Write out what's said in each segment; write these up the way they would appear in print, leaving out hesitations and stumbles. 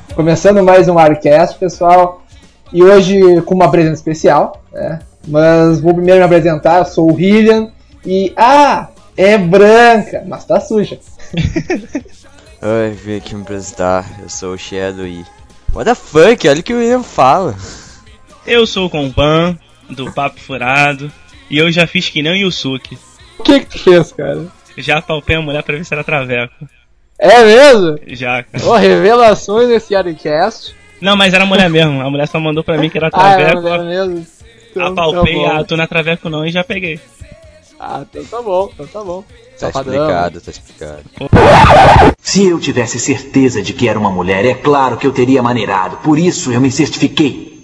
Começando mais um Arcast, pessoal. E hoje com uma presença especial, né? Mas vou primeiro me apresentar, eu sou o William. E, é branca, mas tá suja. Oi, vim aqui me apresentar, eu sou o Shadow e... What the fuck, olha o que o William fala. Eu sou o Compan, do Papo Furado, e eu já fiz que nem o Yusuke. O que tu fez, cara? Já palpei a mulher pra ver se era traveco. É mesmo? Já, cara. Oh, revelações nesse Arcast. Não, mas era mulher mesmo, a mulher só mandou pra mim que era traveco. É mesmo? Então, Apalpei, tá tu não é traveco não, e já peguei. Então tá bom. Tá explicado. Se eu tivesse certeza de que era uma mulher, é claro que eu teria maneirado. Por isso eu me certifiquei.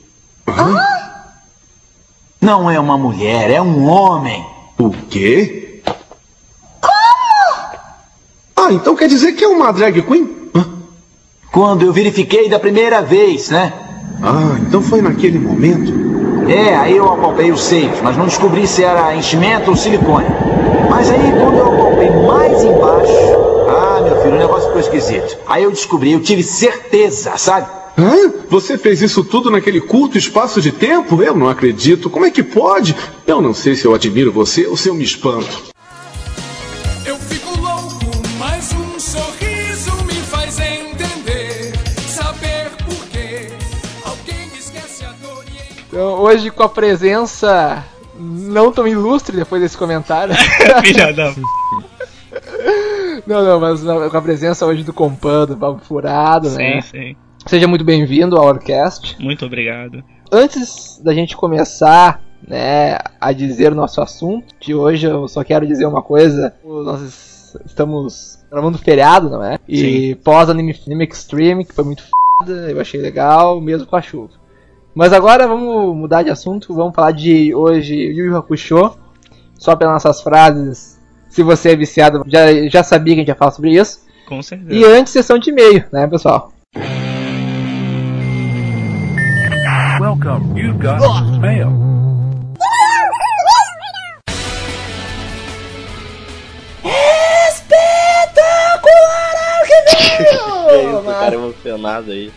Não é uma mulher, é um homem. O quê? Então quer dizer que é uma drag queen? Quando eu verifiquei da primeira vez, né? Então foi naquele momento? Aí eu apalpei o safe, mas não descobri se era enchimento ou silicone. Mas aí quando eu apalpei mais embaixo, meu filho, o negócio ficou esquisito. Aí eu descobri, eu tive certeza, sabe? Você fez isso tudo naquele curto espaço de tempo? Eu não acredito. Como é que pode? Eu não sei se eu admiro você ou se eu me espanto. Eu fico louco, mas um sorriso me faz entender. Saber por quê alguém esquece a dor e... Então, hoje com a presença não tão ilustre depois desse comentário. Filha da... Não, mas com a presença hoje do Compan, do Papo Furado, né? Sim. Seja muito bem-vindo ao Orcast. Muito obrigado. Antes da gente começar, né, a dizer o nosso assunto de hoje, eu só quero dizer uma coisa. Nós estamos gravando feriado, não é? E pós-anime Extreme, que foi muito foda, eu achei legal, mesmo com a chuva. Mas agora vamos mudar de assunto, vamos falar de hoje Yu Yu Hakusho. Só pelas nossas frases, se você é viciado, já sabia que a gente ia falar sobre isso. Com certeza. E antes, sessão de e-mail, né, pessoal? Welcome, you've got mail. Espetacular O cara emocionado aí.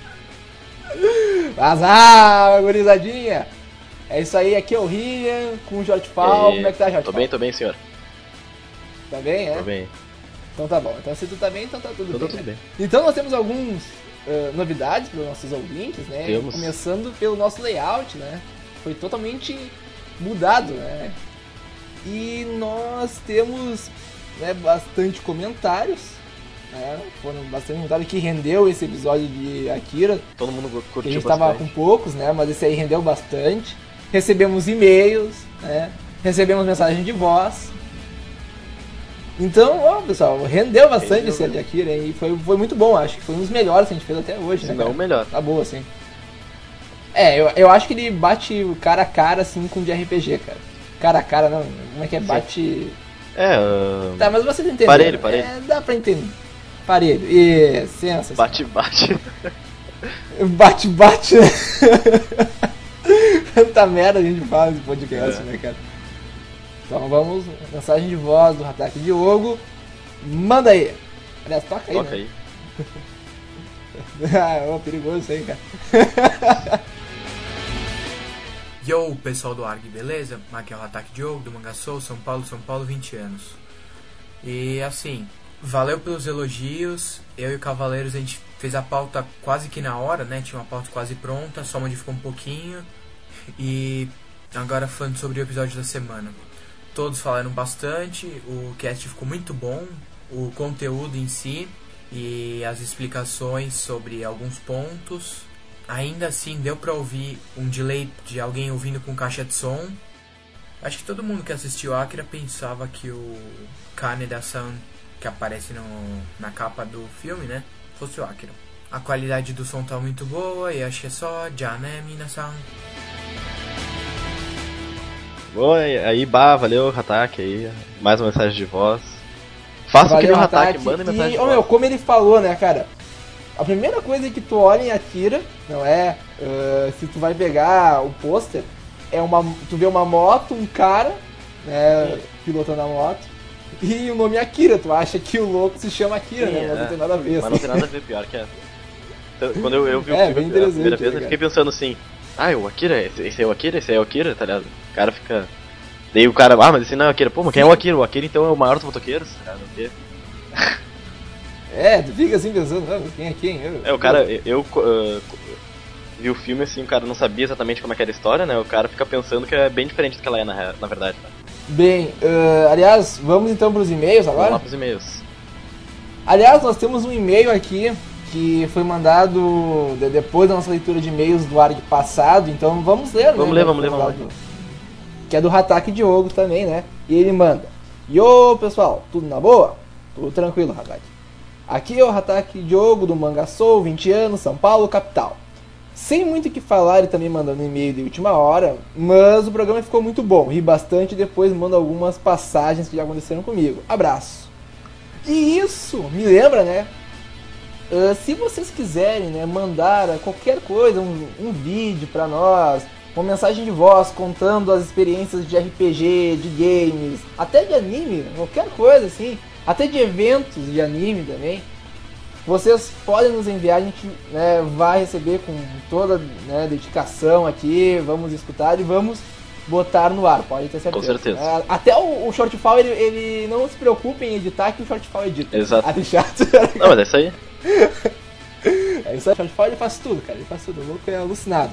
Vazar, gurizadinha! É isso aí, aqui é o Rian, com o Jorge Paulo. Como é que tá, Jorge Paulo? Tô bem, senhor. Tá bem, é? Tô bem. Então tá bom. Então se tu tá bem, então tá tudo bem. Tudo bem. Então nós temos alguns novidades para os nossos ouvintes, né? Temos. Começando pelo nosso layout, né? Foi totalmente mudado, né? E nós temos, né, bastante comentários, né? Foram bastante comentários que rendeu esse episódio de Akira. Todo mundo curtiu A gente bastante. tava com poucos, né? Mas esse aí rendeu bastante. Recebemos e-mails, né? Recebemos mensagem de voz. Então, pessoal, rendeu bastante esse de Akira e foi muito bom, acho que foi um dos melhores que a gente fez até hoje, né? Se não, o melhor. Tá boa, assim. Eu acho que ele bate cara a cara, assim, com o de RPG, cara. Cara a cara, não, como é que é? Bate... Tá, mas vocês entenderam. Parelho. Dá pra entender. Parelho, e... Sensa. Bate. Bate. Tanta merda a gente fala nesse podcast, né, cara? Então vamos, mensagem de voz do Hatake Diogo. Manda aí. Aliás, toca aí. Toca né? aí. Perigoso isso aí, cara. Yo, pessoal do ARG, beleza? Aqui é o Hatake Diogo, do Mangassou, São Paulo, 20 anos. E assim, valeu pelos elogios. Eu e o Cavaleiros, a gente fez a pauta quase que na hora, né? Tinha uma pauta quase pronta, só modificou um pouquinho. E agora falando sobre o episódio da semana. Todos falaram bastante, o cast ficou muito bom, o conteúdo em si e as explicações sobre alguns pontos. Ainda assim, deu pra ouvir um delay de alguém ouvindo com caixa de som. Acho que todo mundo que assistiu Akira pensava que o Kaneda-san, que aparece na capa do filme, né, fosse o Akira. A qualidade do som tá muito boa e acho que é só já, né, minasan? Bom, aí, valeu, Hatake aí. Mais uma mensagem de voz. Faça o que o Hatake, manda mensagem de voz. Como ele falou, né, cara? A primeira coisa que tu olha em Akira, não é? Se tu vai pegar o pôster, tu vê uma moto, um cara, né, pilotando a moto, e o nome é Akira. Tu acha que o louco se chama Akira, né? Mas não tem nada a ver. Mas não tem nada a ver, pior que é. Quando eu vi o filme a primeira vez, eu fiquei pensando assim, é o Akira, esse é o Akira, esse é o Akira, tá ligado? O cara fica... Daí o cara, mas esse não é o Akira. Pô, mas quem é o Akira? O Akira então é o maior dos motoqueiros, tá ligado? Tu fica assim pensando, quem é quem? O cara, eu vi o filme assim, o cara não sabia exatamente como é que era a história, né? O cara fica pensando que é bem diferente do que ela é na verdade, né? Bem, aliás, vamos então pros e-mails agora? Vamos lá pros e-mails. Aliás, nós temos um e-mail aqui que foi mandado depois da nossa leitura de e-mails do ARG passado, então vamos ler, Vamos né? ler. Que é do Hatake Diogo também, né? E ele manda: Yo, pessoal, tudo na boa? Tudo tranquilo, Hatake. Aqui é o Hatake Diogo do Mangaçou, 20 anos, São Paulo, capital. Sem muito o que falar e também mandando e-mail de última hora, mas o programa ficou muito bom, ri bastante e depois mando algumas passagens que já aconteceram comigo. Abraço. E isso me lembra, né? Se vocês quiserem, né, mandar qualquer coisa, um vídeo pra nós, uma mensagem de voz contando as experiências de RPG, de games, até de anime, qualquer coisa assim, até de eventos de anime também, vocês podem nos enviar, a gente, né, vai receber com toda, né, dedicação aqui, vamos escutar e vamos botar no ar, pode ter certeza. Com certeza. Até o Shortfall, ele não se preocupe em editar, que o Shortfall edita. Exato. Chato. Não, mas é isso aí. É isso aí, o Shortfall ele faz tudo, cara, ele faz tudo, o louco é alucinado.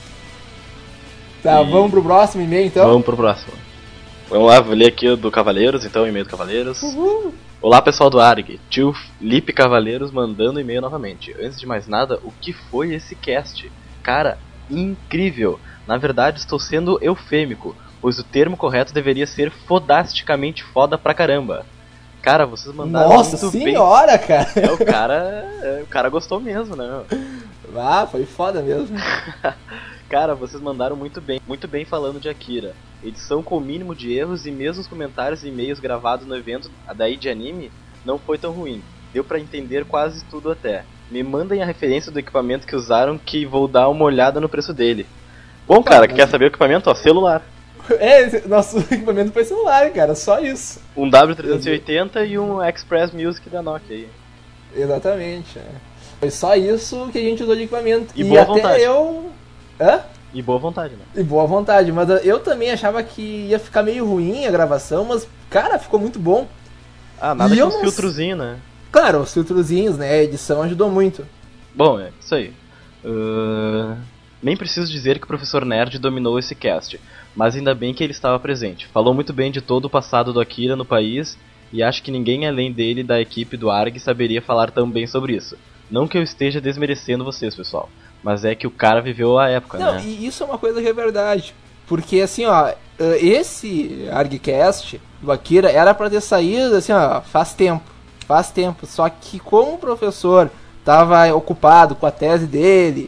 Tá, vamos pro próximo e-mail então? Vamos pro próximo. Vamos lá, vou ler aqui o do Cavaleiros, então, o e-mail do Cavaleiros. Uhul. Olá, pessoal do ARG, tio Lipe Cavaleiros mandando e-mail novamente. Antes de mais nada, o que foi esse cast? Cara, incrível! Na verdade, estou sendo eufêmico, pois o termo correto deveria ser fodasticamente foda pra caramba. Cara, vocês mandaram Nossa muito senhora, bem. cara! O cara gostou mesmo, né? Ah, foi foda mesmo. Cara, vocês mandaram muito bem falando de Akira. Edição com o mínimo de erros e mesmo os comentários e e-mails gravados no evento daí de anime não foi tão ruim. Deu pra entender quase tudo até. Me mandem a referência do equipamento que usaram que vou dar uma olhada no preço dele. Bom, cara, quer saber o equipamento? Ó, celular. Nosso equipamento foi celular, cara, só isso. Um W380 e um Express Music da Nokia aí. Exatamente. Foi só isso que a gente usou de equipamento. E boa até vontade. Hã? E boa vontade, né? E boa vontade, mas eu também achava que ia ficar meio ruim a gravação, mas, cara, ficou muito bom. Ah, nada que uns filtrozinhos, né? Claro, os filtrozinhos, né? A edição ajudou muito. Bom, é isso aí. Nem preciso dizer que o professor Nerd dominou esse cast, mas ainda bem que ele estava presente. Falou muito bem de todo o passado do Akira no país, e acho que ninguém além dele da equipe do ARG saberia falar tão bem sobre isso. Não que eu esteja desmerecendo vocês, pessoal, mas é que o cara viveu a época, né? Não, e isso é uma coisa que é verdade. Porque, assim, ó, esse ArgCast do Akira era pra ter saído, assim, ó, faz tempo. Só que como o professor tava ocupado com a tese dele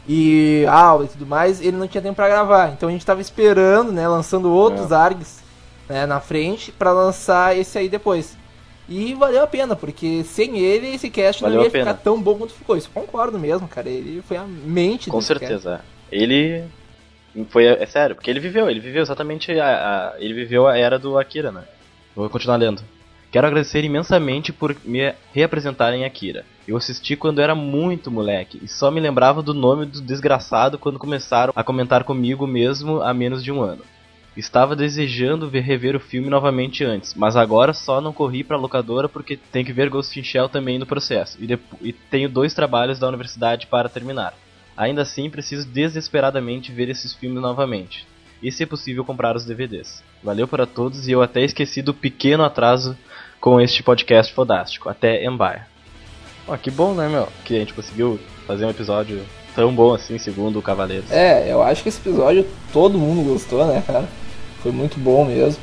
e aula e tudo mais, ele não tinha tempo pra gravar. Então a gente tava esperando, né, lançando outros ARGs, né, na frente pra lançar esse aí depois. E valeu a pena, porque sem ele esse cast valeu não ia ficar tão bom quanto ficou. Isso eu concordo mesmo, cara. Ele foi a mente com certeza. Cast. Ele foi, é sério, porque ele viveu exatamente ele viveu a era do Akira, né? Vou continuar lendo. Quero agradecer imensamente por me reapresentarem Akira. Eu assisti quando era muito moleque e só me lembrava do nome do desgraçado quando começaram a comentar comigo mesmo há menos de um ano. Estava desejando rever o filme novamente antes, mas agora só não corri pra locadora porque tem que ver Ghost in Shell também no processo, e tenho 2 trabalhos da universidade para terminar. Ainda assim, preciso desesperadamente ver esses filmes novamente, e se possível comprar os DVDs. Valeu para todos e eu até esqueci do pequeno atraso com este podcast fodástico. Até Empire. Ó, que bom, né, meu? Que a gente conseguiu fazer um episódio tão bom assim, segundo o Cavaleiros. Eu acho que esse episódio todo mundo gostou, né, cara? Foi muito bom mesmo.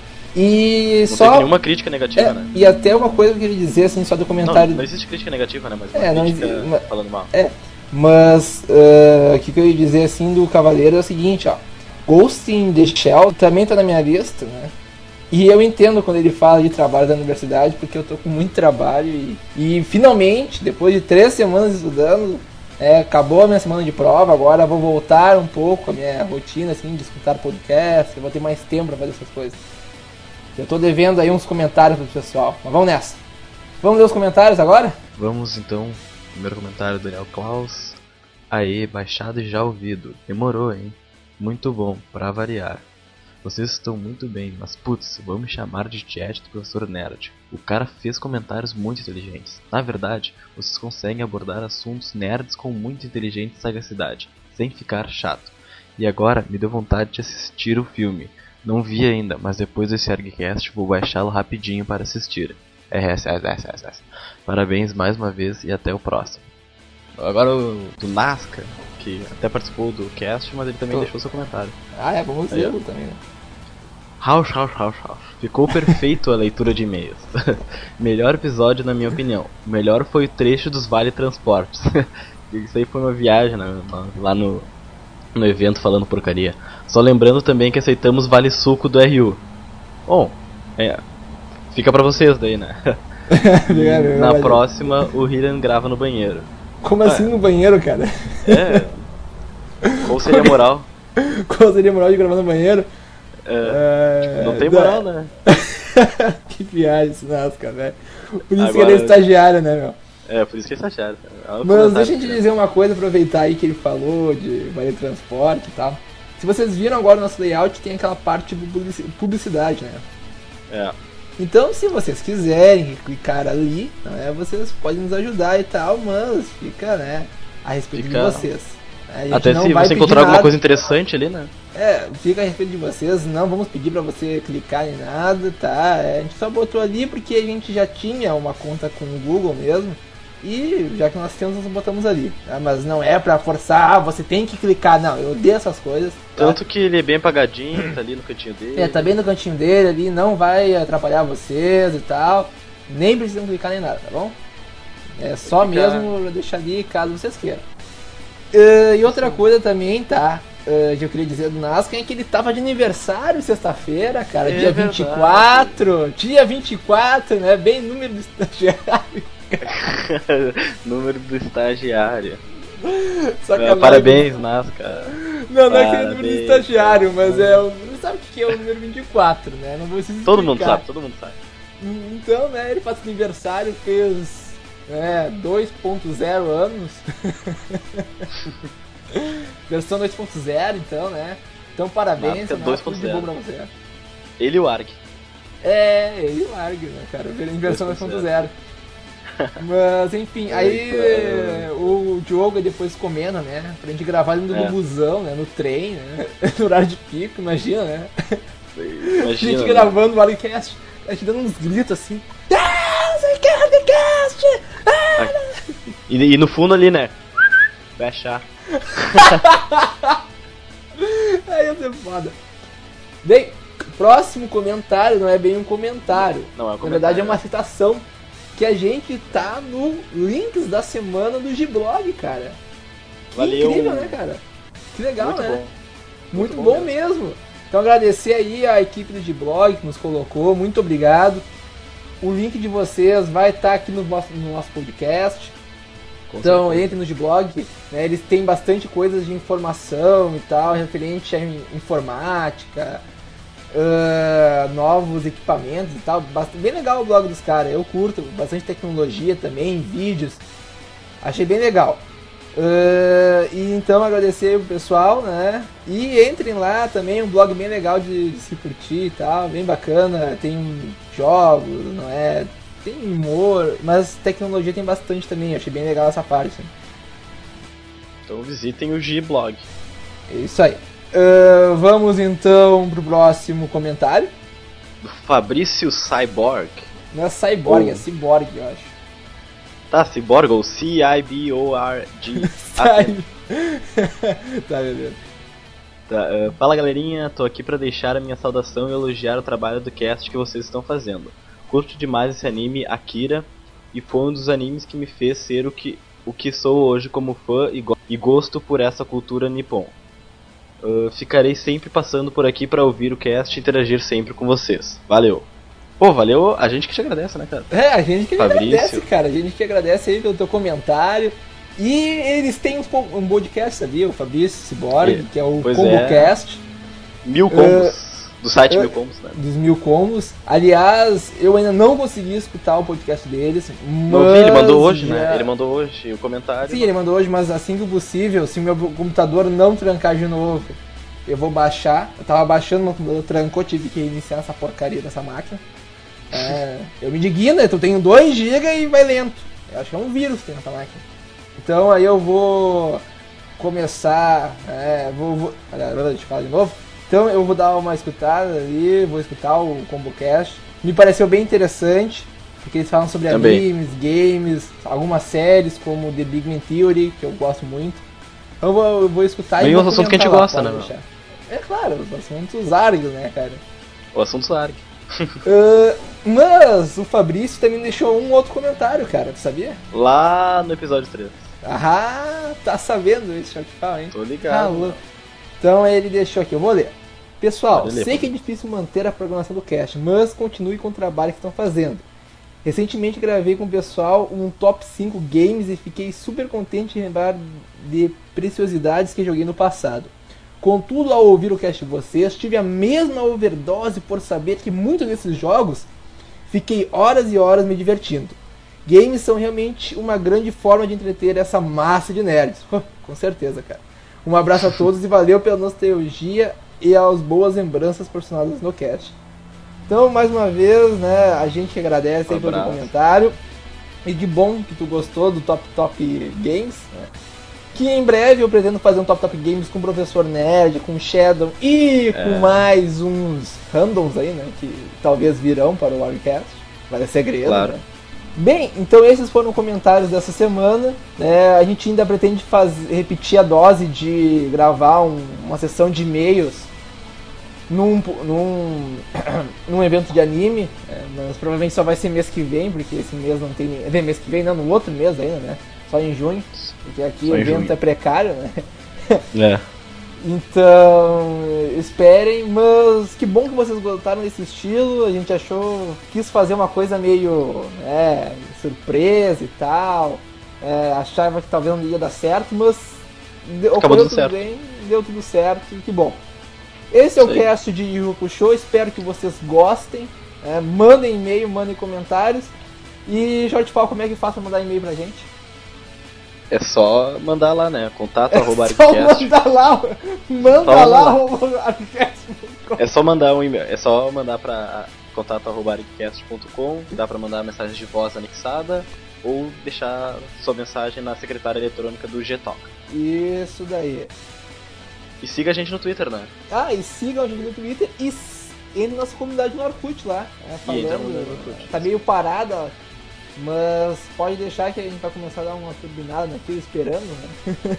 E não só teve nenhuma crítica negativa, né? E até uma coisa que eu queria dizer, assim, só do comentário... Não existe crítica negativa, né? Mas não crítica existe, falando mal. Mas o que eu ia dizer, assim, do Cavaleiro é o seguinte, ó. Ghost in the Shell também tá na minha lista, né? E eu entendo quando ele fala de trabalho da universidade, porque eu tô com muito trabalho e finalmente, depois de 3 semanas estudando... acabou a minha semana de prova, agora vou voltar um pouco a minha rotina, assim, de escutar podcast, eu vou ter mais tempo pra fazer essas coisas. Eu tô devendo aí uns comentários pro pessoal, mas vamos nessa. Vamos ler os comentários agora? Vamos então, primeiro comentário do Daniel Klaus. Aê, baixado e já ouvido. Demorou, hein? Muito bom, pra variar. Vocês estão muito bem, mas putz, vão me chamar de chat do professor Nerd. O cara fez comentários muito inteligentes. Na verdade, vocês conseguem abordar assuntos nerds com muita inteligente sagacidade, sem ficar chato. E agora, me deu vontade de assistir o filme. Não vi ainda, mas depois desse ArgCast vou baixá-lo rapidinho para assistir. Parabéns mais uma vez e até o próximo. Agora o do Nasca, que até participou do cast, mas ele também deixou seu comentário. Vamos ver também, né? House. Ficou perfeito a leitura de e-mails. Melhor episódio na minha opinião. O melhor foi o trecho dos Vale Transportes. Isso aí foi uma viagem lá no evento falando porcaria. Só lembrando também que aceitamos Vale Suco do RU. Bom, fica pra vocês daí, né? Na próxima o Hillian grava no banheiro. Como assim no banheiro, cara? Qual seria a moral? Qual seria a moral de gravar no banheiro? Tipo, não tem moral, né? Que viagem esse Nasca, velho. Por isso que ele é estagiário, né, meu? Por isso que é estagiário. Mas deixa eu te dizer uma coisa, aproveitar aí que ele falou de Vale Transporte e tal. Se vocês viram agora o nosso layout, tem aquela parte de publicidade, né? Então, se vocês quiserem clicar ali, né, vocês podem nos ajudar e tal, mas fica, né, a respeito de vocês. Até se você encontrar alguma coisa interessante ali, né? Fica a respeito de vocês, não vamos pedir pra você clicar em nada, tá? A gente só botou ali porque a gente já tinha uma conta com o Google mesmo. E já que nós temos, nós botamos ali, tá? Mas não é pra forçar, você tem que clicar, não, eu odeio essas coisas, tá? Tanto que ele é bem apagadinho, tá ali no cantinho dele. Tá bem no cantinho dele ali, não vai atrapalhar vocês e tal. Nem precisam clicar nem nada, tá bom? É só mesmo pra deixar ali caso vocês queiram. E outra coisa também, tá? Que eu queria dizer do Nasca é que ele tava de aniversário sexta-feira, cara, dia 24. Dia 24, né? Bem número do estagiário. Número do estagiário. Parabéns, Nasca. Não é que é o número do estagiário, mas sabe o que é o número 24, né? Não vou explicar. Todo mundo sabe. Então, né, ele faz aniversário, fez 2.0 anos. Versão 2.0, então, né? Então, parabéns, Nasca 2.0 pra você. Ele e o Arg. Ele e o Arg, né, cara? Versão 2.0. Mas enfim, aí o Diogo depois comenta, né? Pra gente gravar ele no busão, né? No trem, né? No horário de pico, imagina, né? Imagina, a gente gravando o Valleycast, a gente dando uns gritos assim. Valleycast! E no fundo ali, né? Fecha. Aí ia ser foda. Bem, próximo comentário não é bem um comentário. Não é um comentário. Na verdade é uma citação. Que a gente tá no Links da Semana do G-Blog, cara. Que Valeu. Incrível, né, cara? Que legal, muito né? Bom. Muito bom mesmo. Então agradecer aí a equipe do G-Blog que nos colocou, muito obrigado. O link de vocês vai estar aqui no nosso podcast. Então entre no G-Blog, né, eles têm bastante coisas de informação e tal, referente à informática, novos equipamentos e tal, bem legal o blog dos caras, eu curto, bastante tecnologia também, vídeos, achei bem legal. E então agradecer o pessoal, né, e entrem lá também, um blog bem legal de se curtir e tal, bem bacana, tem jogos, não é, tem humor, mas tecnologia tem bastante também, achei bem legal essa parte. Então visitem o G-Blog. É isso aí. Vamos então pro próximo comentário. Do Fabrício Cyborg. Não é Cyborg, é Cyborg, eu acho. Tá, Cyborg ou C-I-B-O-R-G. Tá, beleza. Tá, fala galerinha, tô aqui pra deixar a minha saudação e elogiar o trabalho do cast que vocês estão fazendo. Curto demais esse anime, Akira, e foi um dos animes que me fez ser o que sou hoje como fã e gosto por essa cultura nippon. Ficarei sempre passando por aqui pra ouvir o cast e interagir sempre com vocês. Valeu. Pô, valeu, a gente que te agradece, né, cara? A gente que agradece, cara. A gente que agradece aí pelo teu comentário. E eles têm um podcast, sabia? O Fabrício Cyborg, que é o ComboCast. 1000 combos. Do site Mil Combos, né? Dos Mil Combos. Aliás, eu ainda não consegui escutar o podcast deles, mas... Não vi, ele mandou hoje, né? Ele mandou hoje o comentário. Sim, ele mandou hoje, mas assim que possível, se o meu computador não trancar de novo, eu vou baixar. Eu tava baixando, meu computador trancou, tive que reiniciar essa porcaria dessa máquina. Eu me indigno, eu tenho 2 GB e vai lento. Eu acho que é um vírus que tem nessa máquina. Então aí eu vou começar... Deixa eu falar de novo. Então eu vou dar uma escutada ali, vou escutar o ComboCast. Me pareceu bem interessante, porque eles falam sobre animes, games, algumas séries como The Big Man Theory, que eu gosto muito. Então eu vou escutar e vou os assuntos que a gente gosta, né? É claro, os assuntos árgidos, né, cara? O assunto ARG. Mas o Fabrício também deixou um outro comentário, cara, tu sabia? Lá no episódio 3. Ah, tá sabendo isso, deixa eu te falar, hein? Tô ligado. Então ele deixou aqui, eu vou ler. Pessoal, sei que é difícil manter a programação do cast, mas continue com o trabalho que estão fazendo. Recentemente gravei com o pessoal um top 5 games e fiquei super contente em lembrar de preciosidades que joguei no passado. Contudo, ao ouvir o cast de vocês, tive a mesma overdose por saber que muitos desses jogos fiquei horas e horas me divertindo. Games são realmente uma grande forma de entreter essa massa de nerds. Com certeza, cara. Um abraço a todos e valeu pela nostalgia e as boas lembranças proporcionadas no cast. Então, mais uma vez, né, a gente agradece aí pelo teu comentário. E de bom que tu gostou do Top Games, né? Que em breve eu pretendo fazer um Top Games com o Professor Nerd, com o Shadow e com mais uns randoms aí, né, que talvez virão para o Warcast. Vai ser segredo, claro. Né? Bem, então esses foram os comentários dessa semana. A gente ainda pretende repetir a dose de gravar uma sessão de e-mails num evento de anime, mas provavelmente só vai ser mês que vem, porque esse mês não tem... mês que vem não, no outro mês ainda, né? Só em junho, porque aqui só o evento é precário, né? Então, esperem, mas que bom que vocês gostaram desse estilo. A gente quis fazer uma coisa meio surpresa e tal. Achava que talvez não ia dar certo, mas ocorreu tudo bem, deu tudo certo, e que bom. Esse é o cast de Yu Yu Hakusho, espero que vocês gostem. Mandem e-mail, mandem comentários. E Jorge Paulo, como é que faz pra mandar e-mail pra gente? É só mandar lá, né? Contato arroba Manda lá. É só mandar um e-mail. É só mandar pra contato arroba argcast.com. Dá pra mandar mensagem de voz anexada ou deixar sua mensagem na secretária eletrônica do Gtalk. Isso daí. E siga a gente no Twitter, né? E sigam a gente no Twitter e entre na nossa comunidade no Orkut lá. Tá meio parada, ó. Mas pode deixar que a gente vai começar a dar uma turbinada naquilo esperando, né?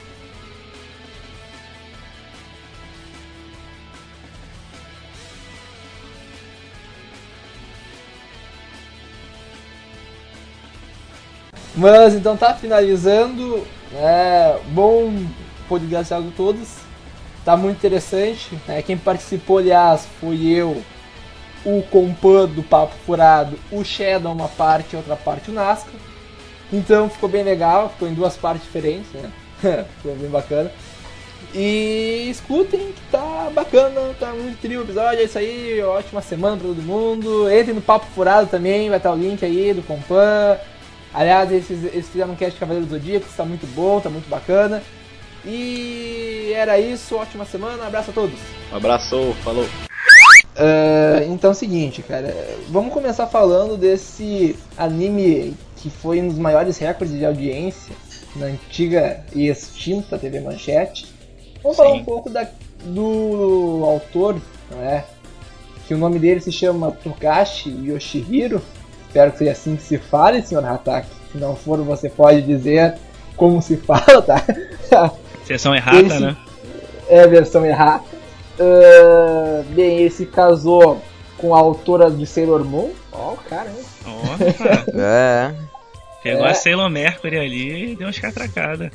Mas então tá, finalizando. Bom podcast a todos. Tá muito interessante. Quem participou, aliás, foi eu, o Compan do Papo Furado, o Shadow uma parte e outra parte o Nasca. Então ficou bem legal, ficou em 2 partes diferentes, né? Ficou bem bacana. E escutem que tá bacana, tá muito trio o episódio, é isso aí, ótima semana pra todo mundo. Entrem no Papo Furado também, vai estar o link aí do Compan. Aliás, eles fizeram um cast de Cavaleiros do Zodíaco, que tá muito bom, tá muito bacana. E era isso, ótima semana, um abraço a todos. Um abraço, falou. Então é o seguinte, cara, vamos começar falando desse anime que foi um dos maiores recordes de audiência na antiga e extinta TV Manchete. Vamos falar um pouco do autor, né? Que o nome dele se chama Togashi Yoshihiro. Espero que seja assim que se fale, Sr. Hatake. Se não for, você pode dizer como se fala, tá? Versão errata, né? Versão errata. Bem, ele se casou com a autora de Sailor Moon. Ó, o cara, hein? Pegou a Sailor Mercury ali e deu umas catracadas.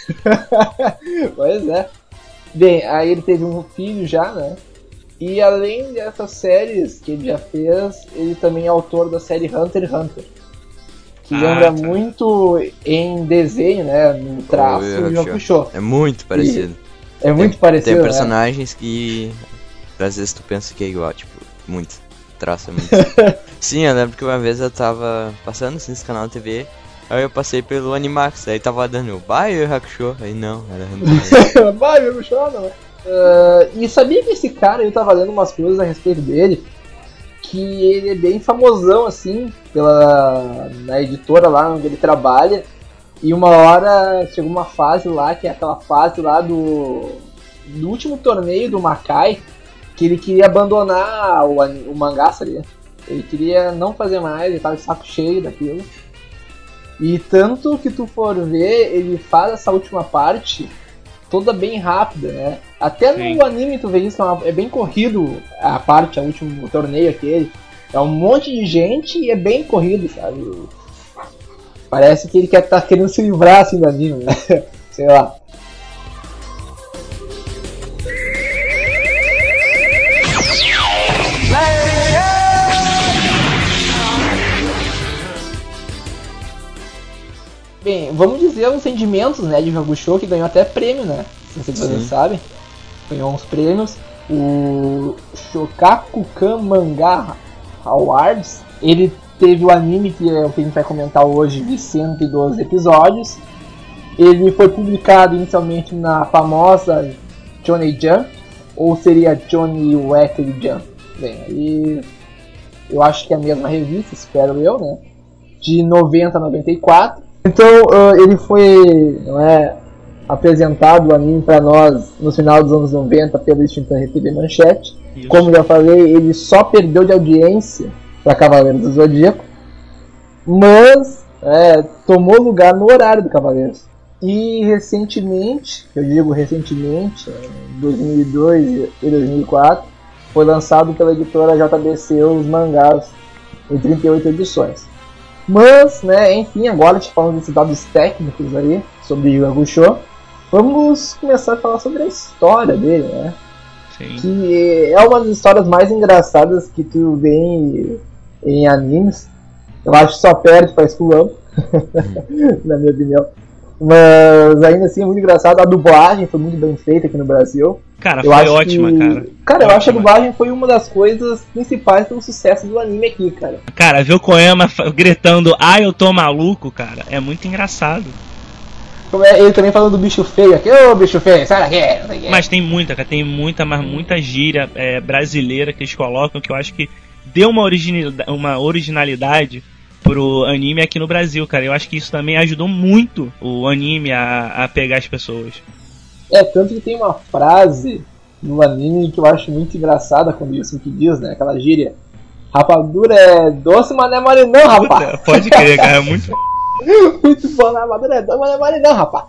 Pois é. Bem, aí ele teve um filho já, né? E além dessas séries que ele já fez, ele também é autor da série Hunter x Hunter. Que lembra muito em desenho, né? No traço de Hakusho. É muito parecido. É muito parecido. Tem personagens que às vezes tu pensa que é igual, tipo, muito. Traço, muito. Sim, eu lembro que uma vez eu tava passando assim, nesse canal de TV, aí eu passei pelo Animax, aí tava dando Bai Yu Hakusho, aí não, era Bai Yu Hakusho, não. E sabia que esse cara, eu tava lendo umas coisas a respeito dele, que ele é bem famosão, assim, na editora lá onde ele trabalha, e uma hora chegou uma fase lá, que é aquela fase lá do último torneio do Makai, que ele queria abandonar o mangá, sabe? Ele queria não fazer mais, ele tava de saco cheio daquilo. E tanto que tu for ver, ele faz essa última parte toda bem rápida, né? Até no anime tu vê isso, é bem corrido a parte, o último torneio aquele. É um monte de gente e é bem corrido, sabe? Parece que ele tá querendo se livrar assim do anime, né? Sei lá. Bem, vamos dizer os rendimentos, né, de Hakusho, que ganhou até prêmio, né? Se vocês sabem. Ganhou uns prêmios. O Shogakukan Manga Awards, ele teve o anime, que é o que a gente vai comentar hoje, de 112 episódios. Ele foi publicado inicialmente na famosa Shonen Jump, ou seria Johnny Weekly Jump. Bem, aí eu acho que é a mesma revista, espero eu, né? De 90 a 94. Então ele foi, não é, apresentado o anime para nós no final dos anos 90 pela extinta TV Manchete. Isso. Como já falei, ele só perdeu de audiência para Cavaleiros do Zodíaco, mas tomou lugar no horário do Cavaleiros. E recentemente, eu digo recentemente, em 2002 e 2004, foi lançado pela editora JBC os mangás em 38 edições. Mas, né, enfim, agora te falando desses dados técnicos aí, sobre Yu Hakusho, vamos começar a falar sobre a história dele, né? Sim. Que é uma das histórias mais engraçadas que tu vê em animes. Eu acho que só perde pra School Up, na minha opinião. Mas ainda assim é muito engraçado. A dublagem foi muito bem feita aqui no Brasil. Cara, foi ótima, cara. Cara, eu acho que a dublagem foi uma das coisas principais pelo sucesso do anime aqui, cara. Cara, ver o Koyama gritando, eu tô maluco, cara, é muito engraçado. Ele também falando do bicho feio aqui, ô bicho feio, sai daqui. Mas tem muita, cara, muita gíria brasileira que eles colocam, que eu acho que deu uma originalidade pro anime aqui no Brasil, cara. Eu acho que isso também ajudou muito o anime a pegar as pessoas. Tanto que tem uma frase no anime que eu acho muito engraçada quando isso que diz, né? Aquela gíria. Rapadura é doce, mas não é mole não, rapaz. Pode crer, cara, é muito... muito bom, rapadura é doce, mas não é mole não, rapaz.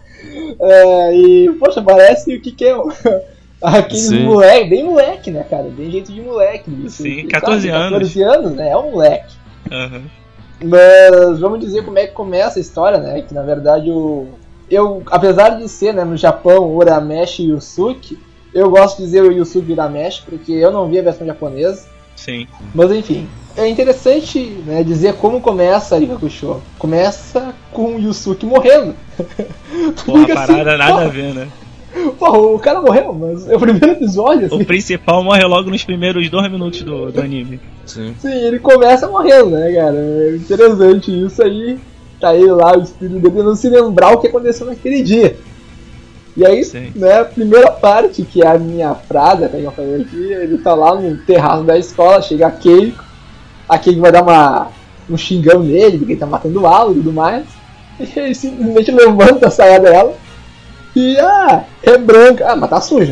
E, poxa, parece o que é aquele moleque, bem moleque, né, cara? Bem jeito de moleque. Sim, 14 anos. 14 anos, né? É um moleque. Uhum. Mas vamos dizer como é que começa a história, né? Que na verdade eu apesar de ser, né, no Japão, Urameshi e Yusuke, eu gosto de dizer o Yusuke Urameshi porque eu não vi a versão japonesa. Sim. Mas enfim, é interessante, né, dizer como começa a Yu Hakusho. Começa com o Yusuke morrendo. Porra, a parada assim, nada a ver, né? Porra, o cara morreu, mas é o primeiro episódio, assim. O principal morre logo nos primeiros 2 minutos do anime. Sim, ele começa morrendo, né, cara? É interessante isso aí. Tá ele lá, o espírito dele não se lembrar o que aconteceu naquele dia. E aí, né, a primeira parte, que é a minha frase, que eu falei aqui, ele tá lá no terraço da escola, chega a Keiko vai dar um xingão nele, porque ele tá matando aula e tudo mais. E ele simplesmente levanta a saia dela e, é branca, mas tá suja.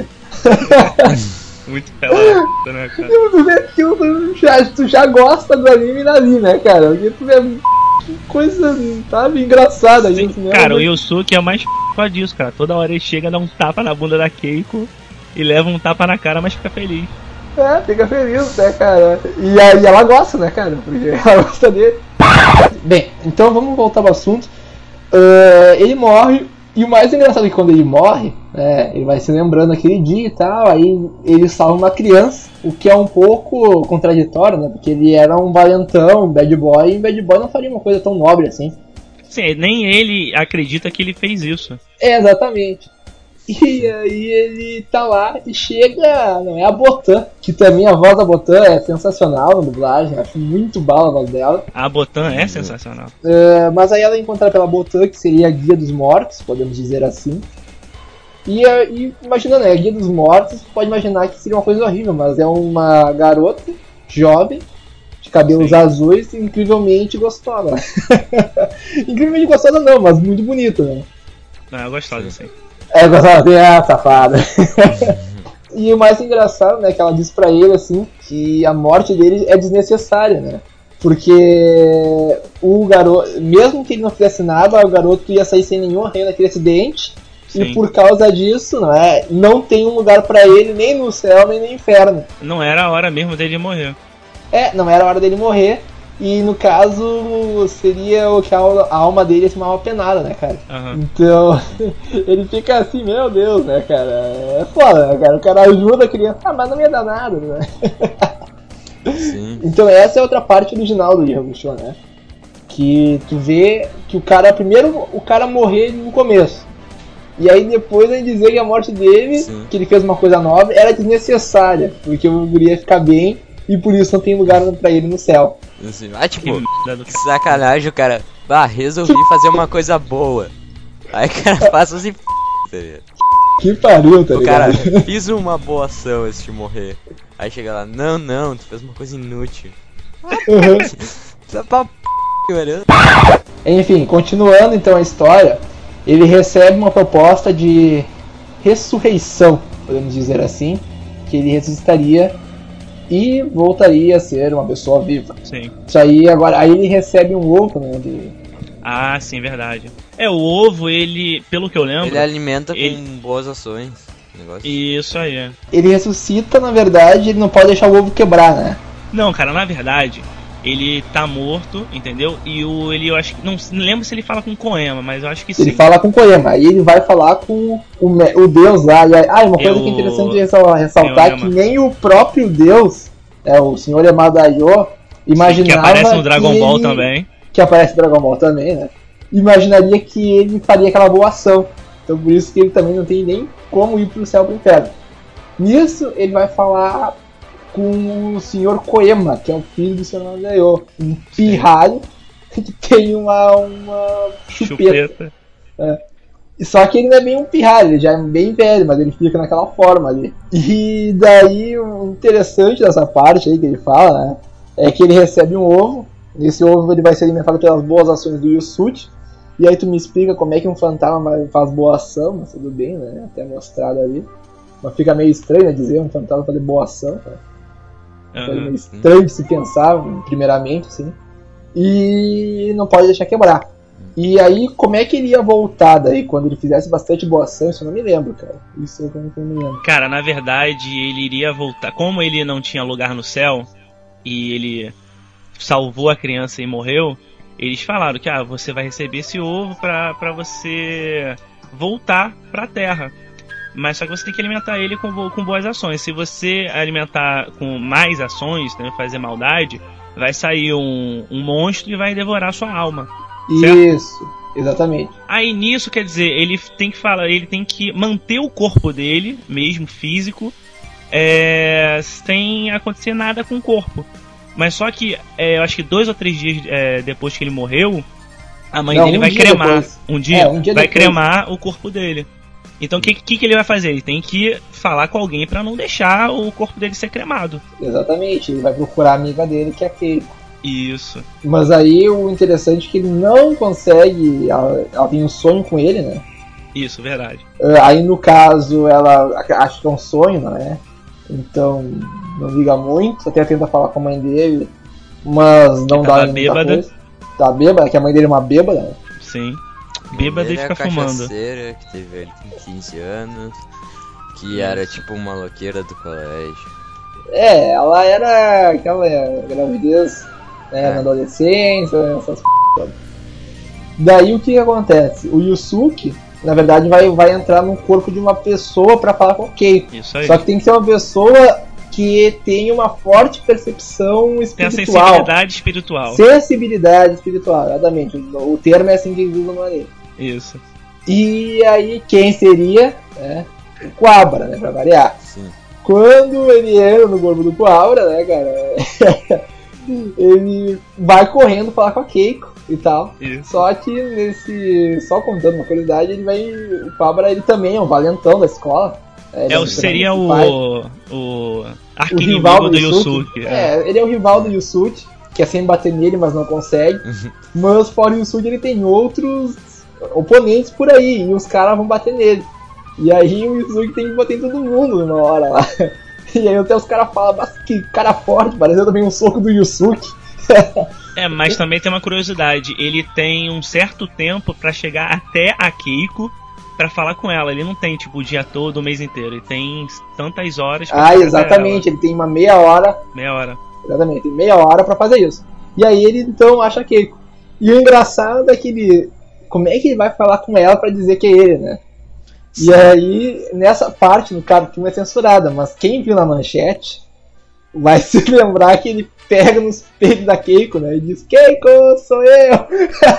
Muito pelado, né, cara? Tu vê aquilo, tu já gosta do anime ali, né, cara? Porque tu vê coisa, sabe, engraçada isso, né? Cara, o Yusuke é o mais f*** disso, cara. Toda hora ele chega, dá um tapa na bunda da Keiko e leva um tapa na cara, mas fica feliz. Fica feliz, né, cara? E aí ela gosta, né, cara? Porque ela gosta dele. Bem, então vamos voltar ao assunto. Ele morre. E o mais engraçado é que quando ele morre, ele vai se lembrando aquele dia e tal, aí ele salva uma criança, o que é um pouco contraditório, né? Porque ele era um valentão, um bad boy, e um bad boy não faria uma coisa tão nobre assim. Sim, nem ele acredita que ele fez isso. Exatamente. E aí ele tá lá e chega, não é a Botan, que também a voz da Botan é sensacional na dublagem, acho muito bala a voz dela. A Botan é sensacional. Mas aí ela é encontrada pela Botan, que seria a Guia dos Mortos, podemos dizer assim. E imaginando, né, a Guia dos Mortos, pode imaginar que seria uma coisa horrível, mas é uma garota jovem, de cabelos azuis e incrivelmente gostosa. Incrivelmente gostosa não, mas muito bonita, né? Não, eu gostava assim. É, gostosa, safada. E o mais engraçado, né, que ela diz pra ele, assim, que a morte dele é desnecessária, né? Porque o garoto, mesmo que ele não fizesse nada, o garoto ia sair sem nenhum arranhão naquele acidente. Sim. E por causa disso, não tem um lugar pra ele nem no céu nem no inferno. Não era a hora mesmo dele morrer. Não era a hora dele morrer. E no caso, seria o que a alma dele ia ser uma alma penada, né, cara? Uhum. Então, ele fica assim, meu Deus, né, cara? É foda, né, cara? O cara ajuda a criança, mas não ia dar nada, né? Sim. Então essa é outra parte original do Hakusho, né? Que tu vê que o cara, primeiro o cara morrer no começo. E aí depois ele dizer que a morte dele, sim, que ele fez uma coisa nova, era desnecessária. Porque o guri ia ficar bem e por isso não tem lugar pra ele no céu. Assim, que sacanagem, o cara. Resolvi fazer uma coisa boa. Aí o cara passa assim. Que pariu, tá ligado? O cara, fiz uma boa ação antes de morrer. Aí chega lá, não, tu fez uma coisa inútil. Enfim, continuando então a história, ele recebe uma proposta de ressurreição, podemos dizer assim, que ele ressuscitaria e voltaria a ser uma pessoa viva. Sim. Isso aí, agora, aí ele recebe um ovo, né? Ah, sim, verdade. O ovo, ele, pelo que eu lembro... Ele alimenta com boas ações. Negócio. Isso aí. Ele ressuscita, na verdade, ele não pode deixar o ovo quebrar, né? Não, cara, na verdade, ele tá morto, entendeu? E ele, eu acho que... Não lembro se ele fala com Koema, mas eu acho que sim. Ele fala com Koema, aí ele vai falar com o Deus lá. E uma coisa que é interessante de ressaltar é que nem o próprio Deus, o Senhor Yamadayo, imaginava... Que aparece no Dragon Ball também. Que aparece no Dragon Ball também, né? Imaginaria que ele faria aquela boa ação. Então por isso que ele também não tem nem como ir pro céu ou pro inferno. Nisso ele vai falar com o Sr. Koema, que é o filho do Sr. Yamadayo, um pirralho que tem uma chupeta. Só que ele não é bem um pirralho, ele já é bem velho, mas ele fica naquela forma ali. E daí o interessante dessa parte aí que ele fala, né, é que ele recebe um ovo. Nesse ovo ele vai ser alimentado pelas boas ações do Yusuke. E aí tu me explica como é que um fantasma faz boa ação, mas tudo bem, né? Até mostrado ali. Mas fica meio estranho, né, dizer um fantasma fazer boa ação, cara. Meio estranho de se pensar, primeiramente, assim. E não pode deixar quebrar. E aí, como é que ele ia voltar daí, quando ele fizesse bastante boa ação? Isso eu não me lembro, cara. Isso eu não me lembro. Cara, na verdade, ele iria voltar. Como ele não tinha lugar no céu, e ele salvou a criança e morreu, eles falaram que você vai receber esse ovo pra você voltar pra terra. Mas só que você tem que alimentar ele com boas ações. Se você alimentar com mais ações, né, fazer maldade, vai sair um monstro e vai devorar sua alma. Isso, certo? Exatamente. Aí nisso, quer dizer, ele tem que manter o corpo dele, mesmo físico, sem acontecer nada com o corpo. Mas só que, eu acho que 2 ou 3 dias depois que ele morreu, a mãe dele vai cremar. Depois. Um dia vai depois cremar o corpo dele. Então o que ele vai fazer? Ele tem que falar com alguém pra não deixar o corpo dele ser cremado. Exatamente, ele vai procurar a amiga dele, que é a Keiko. Isso. Mas aí o interessante é que ele não consegue. Ela tem um sonho com ele, né? Isso, verdade. Aí no caso ela acha que é um sonho, né? Então não liga muito, até tenta falar com a mãe dele, mas não dá muita coisa. Tá bêbada, que a mãe dele é uma bêbada, né? Sim. Bêbada e fica fumando. Que teve ele com 15 anos, que era tipo uma loqueira do colégio. Ela era aquela gravidez, né, na adolescência, essas coisas. Daí o que acontece? O Yusuke, na verdade, vai entrar no corpo de uma pessoa pra falar com o Keiko. Isso aí. Só que tem que ser uma pessoa que tem uma forte percepção espiritual. Tem a sensibilidade espiritual. Sensibilidade espiritual, exatamente. O termo é assim que eles usam ali. Isso. E aí quem seria? O Quabra, né, pra variar. Sim. Quando ele entra no corpo do Quabra, né, cara, ele vai correndo falar com a Keiko e tal. Isso. Só que só contando uma curiosidade, o Quabra, ele também é um valentão da escola. Seria o rival arqui-inimigo do Yusuke. Ele é o rival do Yusuke, que é sempre bater nele, mas não consegue. Mas fora o Yusuke, ele tem outros oponentes por aí, e os caras vão bater nele. E aí o Yusuke tem que bater em todo mundo numa hora lá. E aí até os caras falam, mas que cara forte, pareceu também um soco do Yusuke. Mas também tem uma curiosidade, ele tem um certo tempo pra chegar até a Keiko pra falar com ela. Ele não tem, tipo, o dia todo, o mês inteiro. Ele tem tantas horas pra fazer exatamente, ele tem uma meia hora. Meia hora. Exatamente, tem meia hora pra fazer isso. E aí ele então acha a Keiko. E o engraçado é que ele... Como é que ele vai falar com ela pra dizer que é ele, né? Sim. E aí, nessa parte do cartoon é censurada, mas quem viu na manchete vai se lembrar que ele pega nos peitos da Keiko, né? E diz, Keiko, sou eu!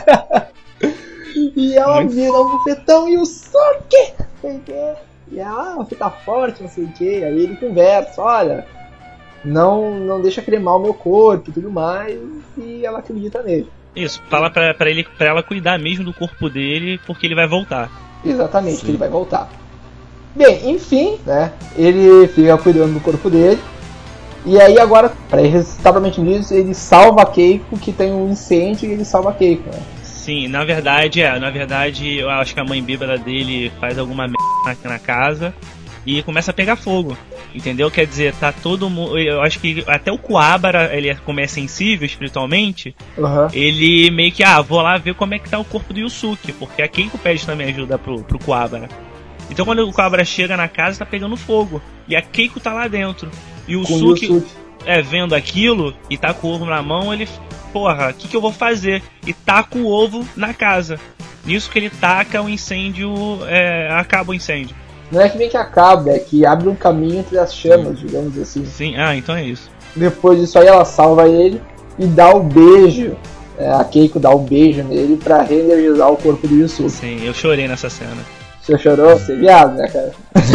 E ela vira um bufetão e o soque! E ela, você tá forte, não sei o que. Aí ele conversa, olha, não deixa queimar o meu corpo e tudo mais. E ela acredita nele. Isso, fala pra ela cuidar mesmo do corpo dele, porque ele vai voltar. Exatamente, que ele vai voltar. Bem, enfim, né? Ele fica cuidando do corpo dele. E aí agora, pra ele estar provavelmente nisso, ele salva a Keiko, que tem um incêndio, e ele salva a Keiko, né? Sim, na verdade, eu acho que a mãe bêbada dele faz alguma merda na casa e começa a pegar fogo, entendeu? Quer dizer, tá todo mundo... Eu acho que até o Quabra, como é sensível espiritualmente, ele meio que, vou lá ver como é que tá o corpo do Yusuke, porque a Keiko pede também ajuda pro Quabra. Então quando o Quabra chega na casa, tá pegando fogo, e a Keiko tá lá dentro. E o Yusuke, vendo aquilo, e tá com o ovo na mão, ele... Porra, o que eu vou fazer? E taca o ovo na casa. Nisso que ele taca, o incêndio... acaba o incêndio. Não é que nem que acaba, é que abre um caminho entre as chamas, digamos assim. Sim, então é isso. Depois disso aí ela salva ele e dá o beijo. A Keiko dá um beijo nele pra reenergizar o corpo do Yusuke. Sim, eu chorei nessa cena. Você chorou? Você é viado, né, cara?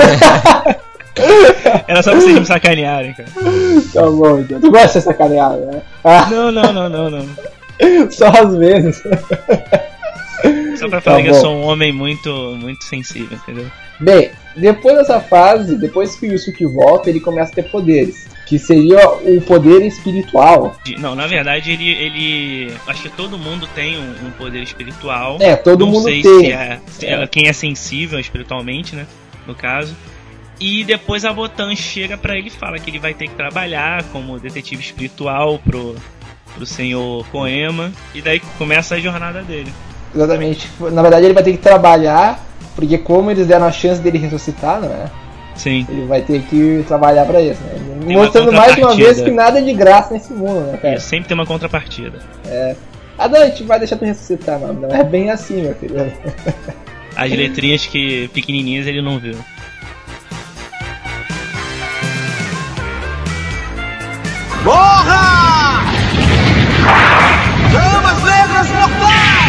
Era só pra vocês me sacanearem, cara. Tá bom, então. Tu gosta de ser sacaneado, né? Não. Só às vezes. Só pra falar que eu sou um homem muito, muito sensível, entendeu? Bem, depois dessa fase, depois que o Yusuke volta, ele começa a ter poderes. Que seria o poder espiritual. Não, na verdade ele acho que todo mundo tem um poder espiritual. Todo mundo tem. Não sei se quem é sensível espiritualmente, né? No caso. E depois a Botan chega pra ele e fala que ele vai ter que trabalhar como detetive espiritual pro senhor Koema. E daí começa a jornada dele. Exatamente. Na verdade ele vai ter que trabalhar, porque como eles deram a chance dele ressuscitar, não é? Sim. Ele vai ter que trabalhar pra isso, né? Mostrando mais uma vez que nada é de graça nesse mundo, né, cara? Sempre tem uma contrapartida. Não, a gente vai deixar tu ressuscitar, não é bem assim, meu filho. As letrinhas que pequenininhas ele não viu. Morra! Chamas negras mortais!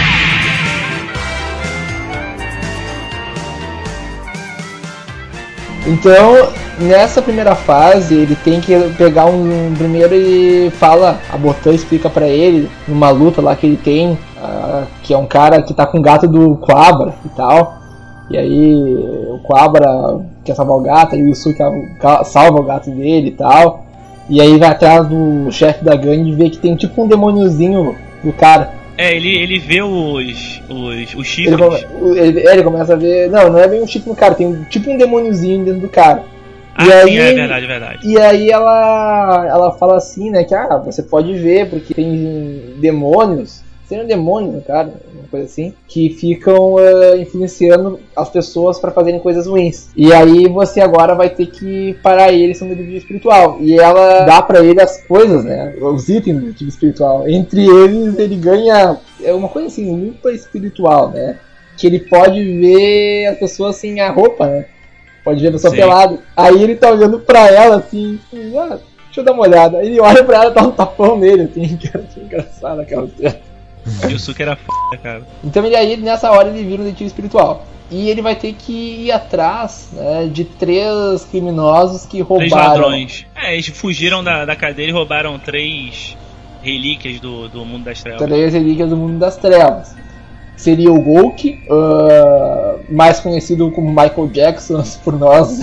Então, nessa primeira fase, ele tem que pegar um primeiro e fala, a Botan explica pra ele, numa luta lá que ele tem, que é um cara que tá com o gato do Quabra e tal. E aí o Quabra quer salvar o gato, e o Yusuke salva o gato dele e tal. E aí vai atrás do chefe da gangue e vê que tem tipo um demôniozinho do cara. Ele vê os chifres. Ele começa a ver... Não é bem um chifre no cara, tem tipo um demôniozinho dentro do cara. E aí, sim, é verdade. E aí ela fala assim, né, que você pode ver, porque tem demônios, tem um demônio no cara, uma coisa assim, que ficam influenciando as pessoas pra fazerem coisas ruins. E aí você agora vai ter que parar ele sendo detetive espiritual. E ela dá pra ele as coisas, né, os itens do detetive espiritual. Entre eles ele ganha uma coisa assim, lupa espiritual, né, que ele pode ver as pessoas sem a roupa, né. Pode ver a pessoa pelada. Aí ele tá olhando pra ela assim, deixa eu dar uma olhada. Aí ele olha pra ela e dá um tapão nele, assim, que era engraçado aquela cena. Yusuke era foda, cara. Então ele aí, nessa hora, ele vira um detetive espiritual. E ele vai ter que ir atrás, né, de 3 criminosos que roubaram... 3 ladrões. Eles fugiram da cadeia e roubaram 3 relíquias do mundo das trevas. 3 relíquias do mundo das trevas. Seria o Gouki, mais conhecido como Michael Jackson por nós.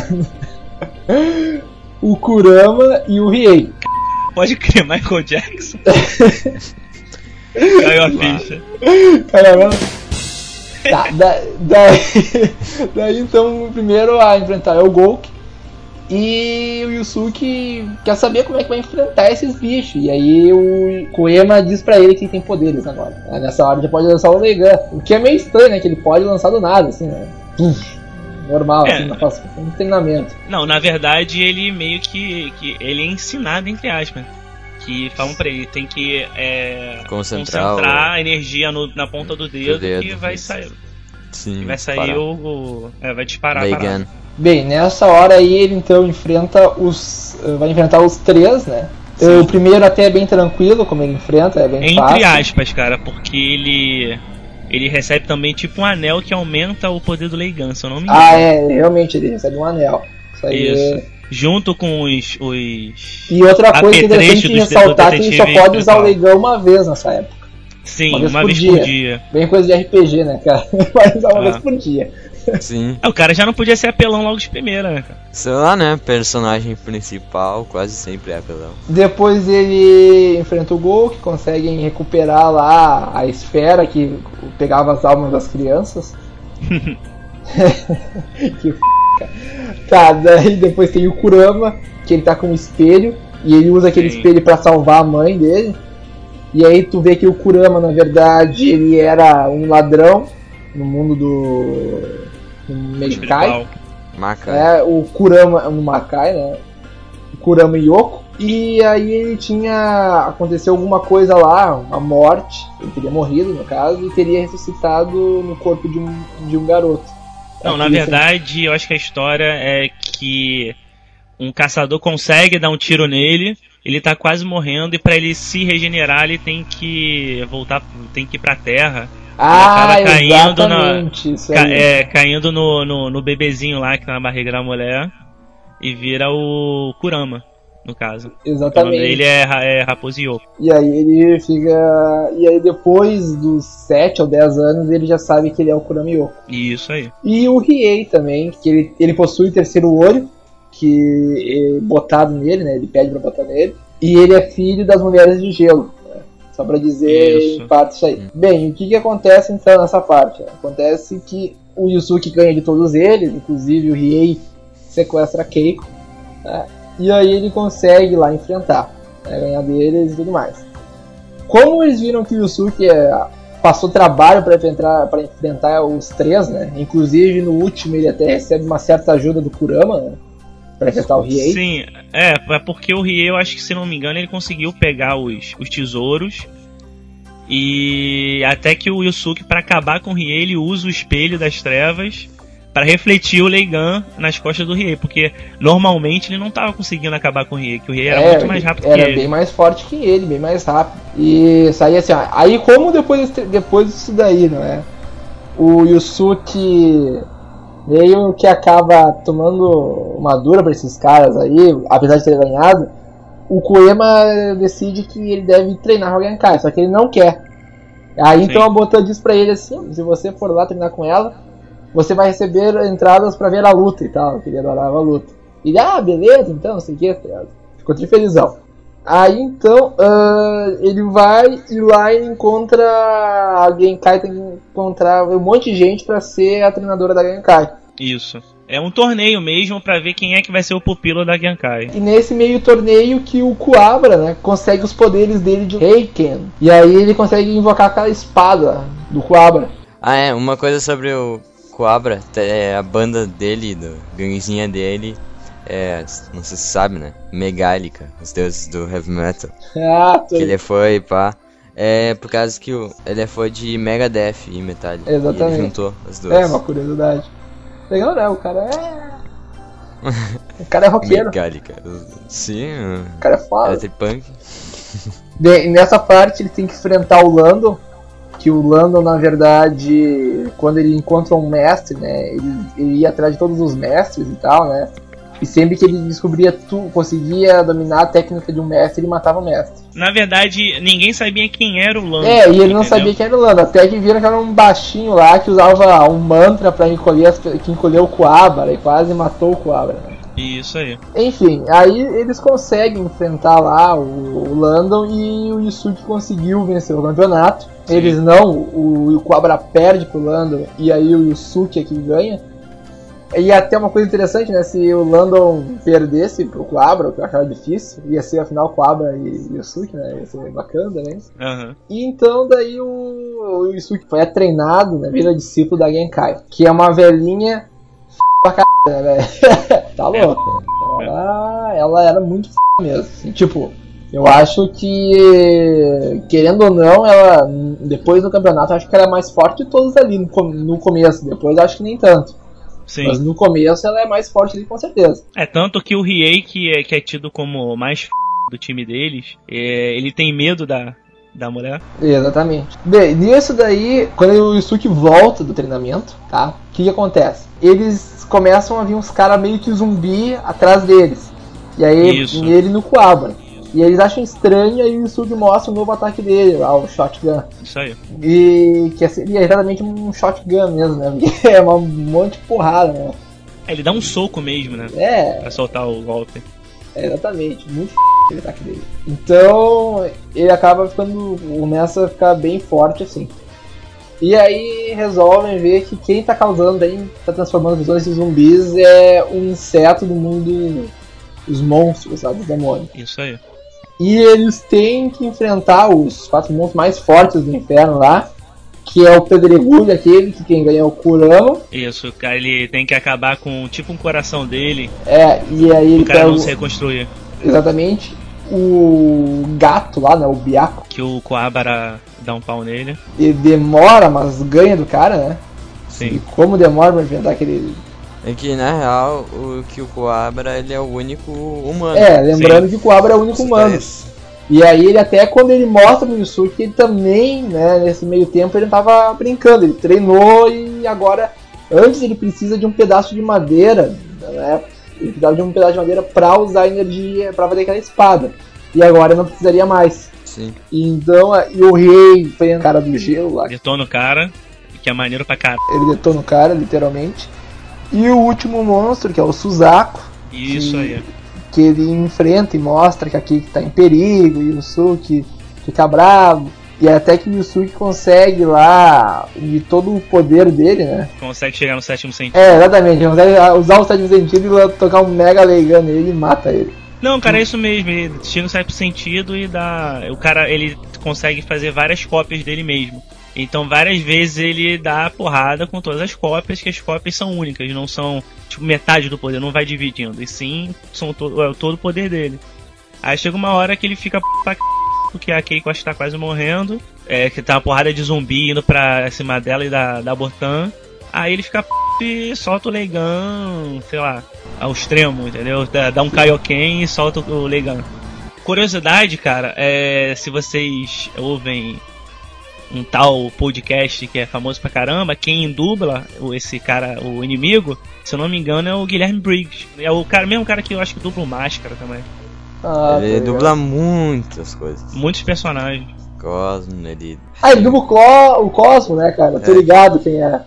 O Kurama e o Riei. Pode crer, Michael Jackson. Caiu a ficha. Caramba. Tá, daí então o primeiro a enfrentar é o Gouki. E o Yusuke quer saber como é que vai enfrentar esses bichos. E aí o Koema diz pra ele que ele tem poderes agora. Nessa hora já pode lançar o Leigan. O que é meio estranho, né? Que ele pode lançar do nada, assim, né? Normal, assim, no treinamento. Não, na verdade ele meio que ele é ensinado, entre aspas. Que falam pra ele, tem que concentrar a energia na ponta do dedo que vai sair. Sim, vai sair vai disparar a parada. Bem, nessa hora aí ele então vai enfrentar os 3, né? O primeiro até é bem tranquilo, como ele enfrenta, é bem fácil. Entre aspas, cara, porque ele recebe também tipo um anel que aumenta o poder do Leigan, se eu não me engano. Realmente ele recebe um anel. Isso aí junto com os E outra coisa interessante de ressaltar é que ele só pode usar o Leigan uma vez nessa época. Sim, uma vez por dia. Bem coisa de RPG, né, cara? Pode usar uma vez por dia. Sim. O cara já não podia ser apelão logo de primeira, né, cara? Sei lá, né? Personagem principal quase sempre é apelão. Depois ele enfrenta o Gol, que conseguem recuperar lá a esfera que pegava as almas das crianças. Que cara. Tá, daí depois tem o Kurama, que ele tá com um espelho, e ele usa aquele espelho pra salvar a mãe dele. E aí tu vê que o Kurama, na verdade, ele era um ladrão no mundo do Meikai. Makai. O Kurama no Makai, né? O Kurama Yoko. E aí ele aconteceu alguma coisa lá, uma morte. Ele teria morrido, no caso, e teria ressuscitado no corpo de um garoto. Não, na verdade, eu acho que a história é que um caçador consegue dar um tiro nele, ele tá quase morrendo, e pra ele se regenerar ele tem que voltar, tem que ir pra terra. Acaba caindo no bebezinho lá que tá na barriga da mulher e vira o Kurama, no caso. Exatamente. O nome dele é Raposo Yoko. E aí ele fica. E aí depois dos 7 ou 10 anos ele já sabe que ele é o Kurama Yoko. Isso aí. E o Riei também, que ele possui o terceiro olho, que é botado nele, né? Ele pede pra botar nele. E ele é filho das mulheres de gelo. Só pra dizer em parte isso aí. Bem, o que acontece então nessa parte? Acontece que o Yusuke ganha de todos eles, inclusive o Riei sequestra a Keiko, né? E aí ele consegue lá enfrentar, né? Ganhar deles e tudo mais. Como eles viram que o Yusuke passou trabalho para enfrentar os 3, né? Inclusive no último ele até recebe uma certa ajuda do Kurama, né? Pra enfrentar o Riei. Sim, porque o Riei, eu acho que, se não me engano, ele conseguiu pegar os tesouros. E até que o Yusuke, pra acabar com o Riei, ele usa o espelho das trevas pra refletir o Leigan nas costas do Riei. Porque normalmente ele não tava conseguindo acabar com o Riei, que o Riei era muito mais rápido que ele. Era bem mais forte que ele, bem mais rápido. E saía assim, ó. Aí como depois disso daí, não é? O Yusuke meio que acaba tomando uma dura pra esses caras aí, apesar de ter ganhado. O Koema decide que ele deve treinar o Genkai, só que ele não quer. Aí então a Botan diz pra ele assim: se você for lá treinar com ela, você vai receber entradas pra ver a luta e tal, que ele adorava a luta. E ele, beleza, então, não sei o que, ficou trifelizão. Aí então ele vai e lá ele encontra a Genkai, tem que encontrar um monte de gente pra ser a treinadora da Genkai. Isso. É um torneio mesmo pra ver quem é que vai ser o pupilo da Genkai. E nesse meio torneio que o Kuwabara, né, consegue os poderes dele de Heiken. E aí ele consegue invocar aquela espada do Kuwabara. Uma coisa sobre o Kuwabara, a banda dele, do ganguezinha dele, não sei se sabe, né, Megallica, os deuses do heavy metal. Que ele foi, pá. Por causa que ele foi de Megadeth e Metallica. Exatamente. E ele juntou as duas. Uma curiosidade. Legal, né? O cara é roqueiro. Metallica. Sim. O cara é foda. Punk. Nessa parte ele tem que enfrentar o Lando, que o Landon, na verdade, quando ele encontra um mestre, né, ele ia atrás de todos os mestres e tal, né, e sempre que ele descobria conseguia dominar a técnica de um mestre, ele matava o mestre. Na verdade, ninguém sabia quem era o Landon. E ele não sabia quem era o Landon, até que viram que era um baixinho lá que usava um mantra pra que encolheu o Kuwabara e quase matou o Kuwabara, né? Isso aí. Enfim, aí eles conseguem enfrentar lá o Landon e o Yusuke conseguiu vencer o campeonato. Sim. Eles não, o Kuwabara perde pro Landon e aí o Yusuke é que ganha. E até uma coisa interessante, né, se o Landon perdesse pro Kuwabara, o que eu achava difícil, ia ser afinal Kuwabara e Yusuke, né, ia ser bacana, né. Uhum. E então daí o Yusuke foi treinado, né, vira discípulo da Genkai, que é uma velhinha pra caralho, né, velho. Tá louco. Ela era muito mesmo. Assim, tipo, eu acho que, querendo ou não, ela, depois do campeonato, eu acho que ela é mais forte de todos ali no começo. Depois eu acho que nem tanto. Sim. Mas no começo ela é mais forte ali, com certeza. Tanto que o Riei, que é tido como mais do time deles, ele tem medo da mulher. Exatamente. Bem, nisso daí, quando o Yusuke volta do treinamento, tá? O que acontece? Eles começam a vir uns caras meio que zumbi atrás deles. E aí, ele no Kuwabara. E eles acham estranho, e aí o Yusuke mostra o novo ataque dele, lá, o Shotgun. Isso aí. E que seria exatamente um Shotgun mesmo, né? Porque é um monte de porrada, né? Ele dá um soco mesmo, né? Pra soltar o golpe. Exatamente, muito aquele ataque dele. Então, ele acaba começa a ficar bem forte assim. E aí resolvem ver que quem tá causando aí, tá transformando esses zumbis é um inseto do mundo, os monstros, sabe, os demônios. Isso aí. E eles têm que enfrentar os 4 monstros mais fortes do inferno lá, que é o Pedregulho, aquele que quem ganha é o Kurama. Isso, cara, ele tem que acabar com tipo um coração dele. E aí ele o cara não se reconstruir. Exatamente. O gato lá, né, o Byakuya. Que o Kuwabara dá um pau nele. Ele demora, mas ganha do cara, né? Sim. E como demora pra enfrentar aquele... É que na real, o Kuwabara, ele é o único humano. Lembrando que o Kuwabara é o único humano. E aí ele até quando ele mostra pro Yusuke, ele também, né, nesse meio tempo ele tava brincando, ele treinou e agora, antes ele precisa de um pedaço de madeira, né, ele precisava de um pedaço de madeira pra usar energia, pra fazer aquela espada. E agora não precisaria mais. Sim. E então, e o rei foi o cara do gelo lá. Detona o cara, que é maneiro pra caralho. Ele detona o cara, literalmente. E o último monstro, que é o Suzaku. Isso aí. Que ele enfrenta e mostra que aqui tá em perigo, e o Yusuke fica bravo. E até que o Yusuke consegue lá, de todo o poder dele, né? Consegue chegar no 7º sentido. Exatamente, ele consegue usar o 7º sentido e tocar um mega Leigan nele e mata ele. Não, cara, é isso mesmo, ele chega no 7º sentido e dá... O cara, ele consegue fazer várias cópias dele mesmo. Então várias vezes ele dá porrada com todas as cópias, que as cópias são únicas, não são tipo metade do poder, não vai dividindo, e sim são todo o poder dele. Aí chega uma hora que ele fica porque a Keiko acho que tá quase morrendo, que tá uma porrada de zumbi indo pra cima dela e da Botan. Aí ele fica e solta o Leigan, sei lá, ao extremo, entendeu? Dá um Kaioken e solta o Leigan. Curiosidade, cara, se vocês ouvem um tal podcast que é famoso pra caramba, quem dubla esse cara, o inimigo, se eu não me engano, é o Guilherme Briggs. É o mesmo cara que eu acho que dubla o Máscara também. Ele dubla muitas coisas. Muitos personagens. Cosmo, ele... ele dubla o Cosmo, né, cara? Tô ligado quem é.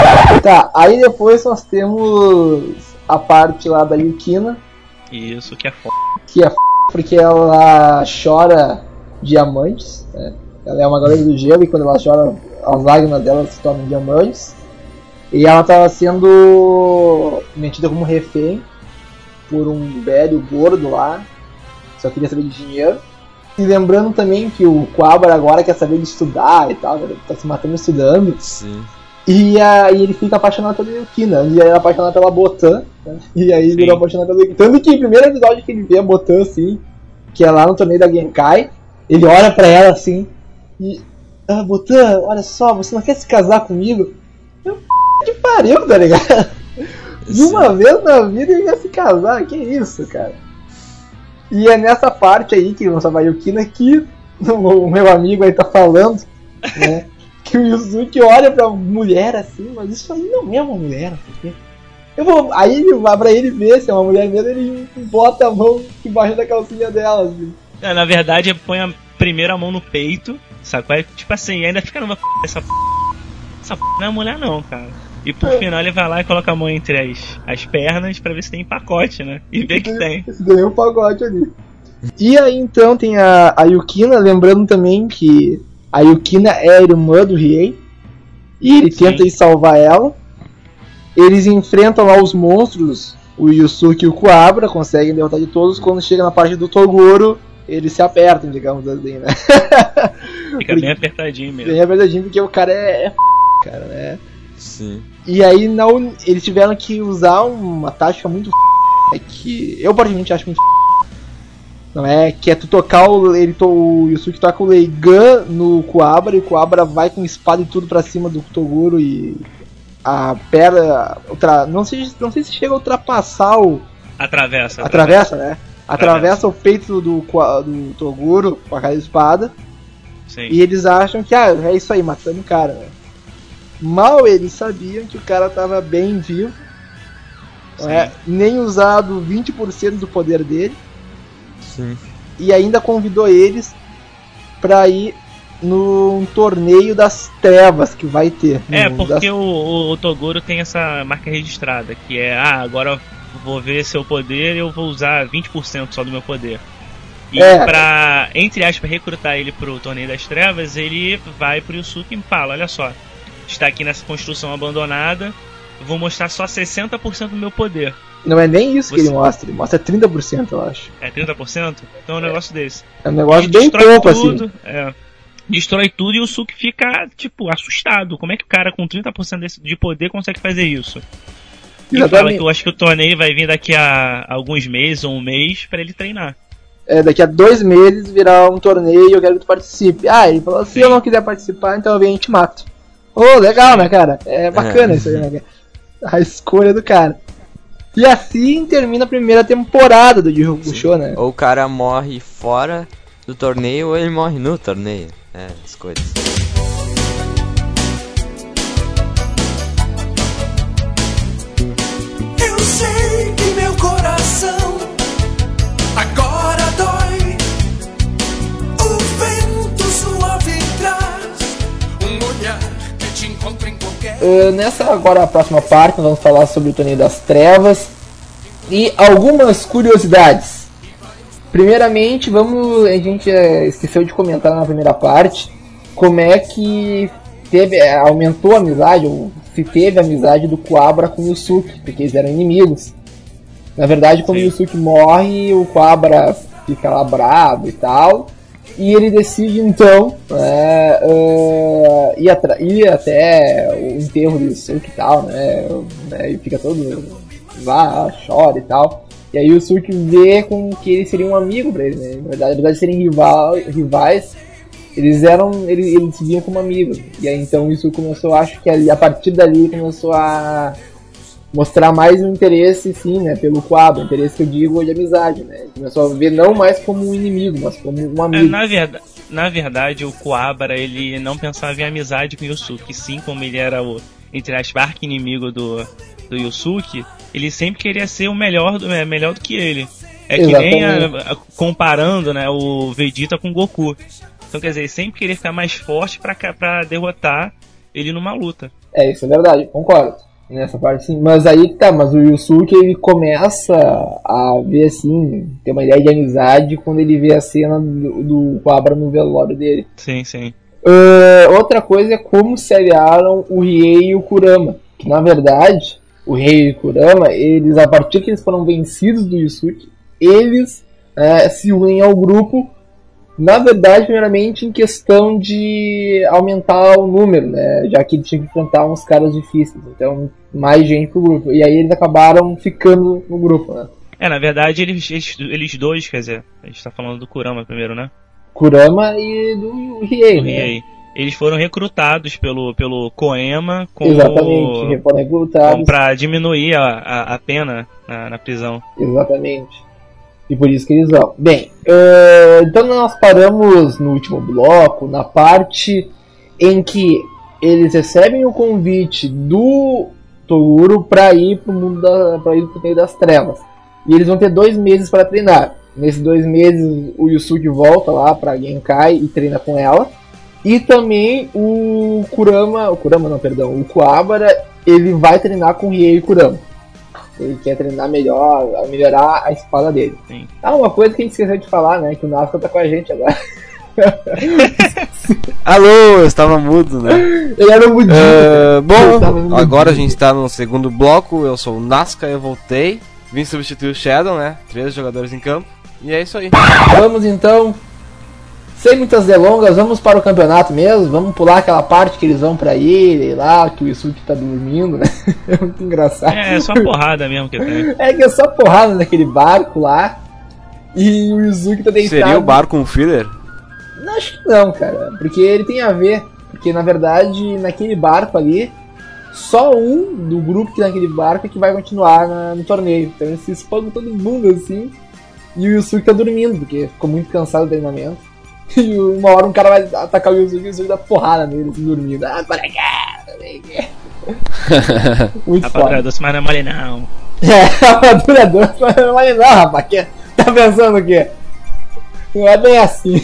Tá, aí depois nós temos a parte lá da Yukina. Isso, que é foda. Que é porque ela chora diamantes, né? Ela é uma garota do gelo e quando ela chora, as lágrimas dela se tornam diamantes. E ela estava sendo metida como refém por um velho gordo lá, só queria saber de dinheiro. E lembrando também que o Kuwabara agora quer saber de estudar e tal, ele tá se matando estudando. Sim. E aí ele fica apaixonado pela Yukina, e aí ele é apaixonado pela Botan, né? E aí virou apaixonado pela Yukina. Tanto que o primeiro episódio que ele vê a Botan assim, que é lá no torneio da Genkai, ele olha pra ela assim e... Botan, olha só, você não quer se casar comigo? Eu que pariu, tá ligado? De uma vez na vida ele ia se casar, que isso, cara? E é nessa parte aí que lançava a Yukina que o meu amigo aí tá falando, né? que o Yusuke olha pra mulher assim, mas isso aí não é uma mulher, porque aí ele vai pra ele ver se é uma mulher mesmo, ele bota a mão embaixo da calcinha dela, assim. Na verdade, põe a primeira mão no peito, sacou? Tipo assim, ainda fica numa essa não é mulher não, cara. E por final ele vai lá e coloca a mão entre as pernas pra ver se tem pacote, né? E vê que tem. Se tem um pacote ali. E aí então tem a Yukina, lembrando também que a Yukina é a irmã do Riei. E ele tenta ir salvar ela. Eles enfrentam lá os monstros, o Yusuke e o Kuwabara, conseguem derrotar de todos. Quando chega na parte do Toguro, eles se apertam, digamos assim, né? Fica bem apertadinho mesmo. Bem apertadinho porque o cara é cara, né? Sim. E aí eles tiveram que usar uma tática muito que eu particularmente acho muito não é? Que é tu tocar o Yusuke toca o Leigan no Kuwabara, e o Kuwabara vai com espada e tudo pra cima do Toguro e a perna não sei se chega a ultrapassar o atravessa, né? Atravessa o peito do Toguro com aquela espada. Sim. E eles acham que é isso aí, matando o cara, né? Mal eles sabiam que o cara tava bem vivo, nem usado 20% do poder dele. Sim. E ainda convidou eles pra ir num torneio das trevas que vai ter. Porque o Toguro tem essa marca registrada, que é, agora eu vou ver seu poder e eu vou usar 20% só do meu poder. E pra, entre aspas, recrutar ele pro torneio das trevas, ele vai pro Yusuke e fala, olha só, está aqui nessa construção abandonada, vou mostrar só 60% do meu poder. Não é nem isso que ele mostra 30%, eu acho. É 30%? Então é um negócio desse. É um negócio bem pouco, tudo, assim. Destrói tudo e o Yusuke fica, assustado. Como é que o cara com 30% de poder consegue fazer isso? E fala que eu acho que o torneio vai vir daqui a alguns meses ou um mês pra ele treinar. Daqui a 2 meses virá um torneio e eu quero que tu participe. Ele falou, se eu não quiser participar, então eu venho e te mato. Legal, né, cara? É bacana isso aí, né? A escolha do cara. E assim termina a primeira temporada do Yu Yu Hakusho, né? Ou o cara morre fora do torneio ou ele morre no torneio. As coisas. Eu sei que meu coração agora dói. O vento suave traz um olhar que te encontra em qualquer... Nessa agora a próxima parte nós vamos falar sobre o Torneio das Trevas e algumas curiosidades. Primeiramente, a gente esqueceu de comentar na primeira parte como é que aumentou a amizade, ou se teve a amizade do Kuwabara com o Yusuke, porque eles eram inimigos. Na verdade, quando o Yusuke morre, o Kuwabara fica lá bravo e tal, e ele decide então ir até o enterro do Yusuke e tal, e fica todo lá, chora e tal. E aí o Yusuke vê com que ele seria um amigo pra ele, né? Na verdade de serem rivais, eles se viam como amigos. E aí então o Yusuke começou, acho que a partir dali começou a mostrar mais um interesse, sim, né, pelo Kuwabara, interesse que eu digo de amizade, né? Ele começou a ver não mais como um inimigo, mas como um amigo. Na verdade, o Kuwabara, ele não pensava em amizade com o Yusuke, sim, como ele era o, entre aspas, arqui-inimigo do Yusuke, ele sempre queria ser o melhor do que ele. Exatamente. Que nem comparando, né, o Vegeta com o Goku. Então, quer dizer, ele sempre queria ficar mais forte pra derrotar ele numa luta. Isso é verdade, concordo. Nessa parte sim. Mas aí mas o Yusuke ele começa a ver assim, ter uma ideia de amizade quando ele vê a cena do Kuwabara no velório dele. Sim, sim. Outra coisa é como se aliaram o Riei e o Kurama. Que na verdade, o Riei e o Kurama, eles, a partir que eles foram vencidos do Yusuke, eles se unem ao grupo. Na verdade, primeiramente em questão de aumentar o número, né? Já que ele tinha que enfrentar uns caras difíceis. Então, mais gente pro grupo. E aí eles acabaram ficando no grupo, né? Na verdade, eles dois, quer dizer, a gente tá falando do Kurama primeiro, né? Kurama e do Riei, né? Riei. Eles foram recrutados pelo Koema Exatamente, foram recrutados pra diminuir a pena na prisão. Exatamente. E por isso que eles vão. Bem, então nós paramos no último bloco, na parte em que eles recebem o convite do Toguro pra ir pro mundo pra ir pro meio das trevas. E eles vão ter 2 meses para treinar. Nesses 2 meses o Yusuke volta lá pra Genkai e treina com ela. E também o Kuwabara, ele vai treinar com o Riei e Kurama. Ele quer treinar melhorar a espada dele. Sim. Uma coisa que a gente esqueceu de falar, né? Que o Nazca tá com a gente agora. Alô, eu estava mudo, né? Ele era mudinho. Bom, agora a gente tá no segundo bloco. Eu sou o Nazca, eu voltei. Vim substituir o Shadow, né? 3 jogadores em campo. E é isso aí. Vamos então, sem muitas delongas, vamos para o campeonato mesmo. Vamos pular aquela parte que eles vão pra ilha e lá, que o Yusuke tá dormindo, né? É muito engraçado. É só porrada mesmo que tem. É que é só porrada naquele barco lá. E o Yusuke tá deitado. Seria o barco um filler? Não, acho que não, cara. Porque ele tem a ver. Porque na verdade, naquele barco ali, só um do grupo que naquele barco é que vai continuar no torneio. Então eles se espangam todo mundo assim. E o Yusuke tá dormindo, porque ficou muito cansado do treinamento. E uma hora um cara vai atacar o Yusuke dá porrada nele, assim, dormindo. Para cá! Muito A foda. padrão doce, mas não é mole não. A armadura doce, mas não é não, rapaz. Tá pensando o quê? Não é bem assim.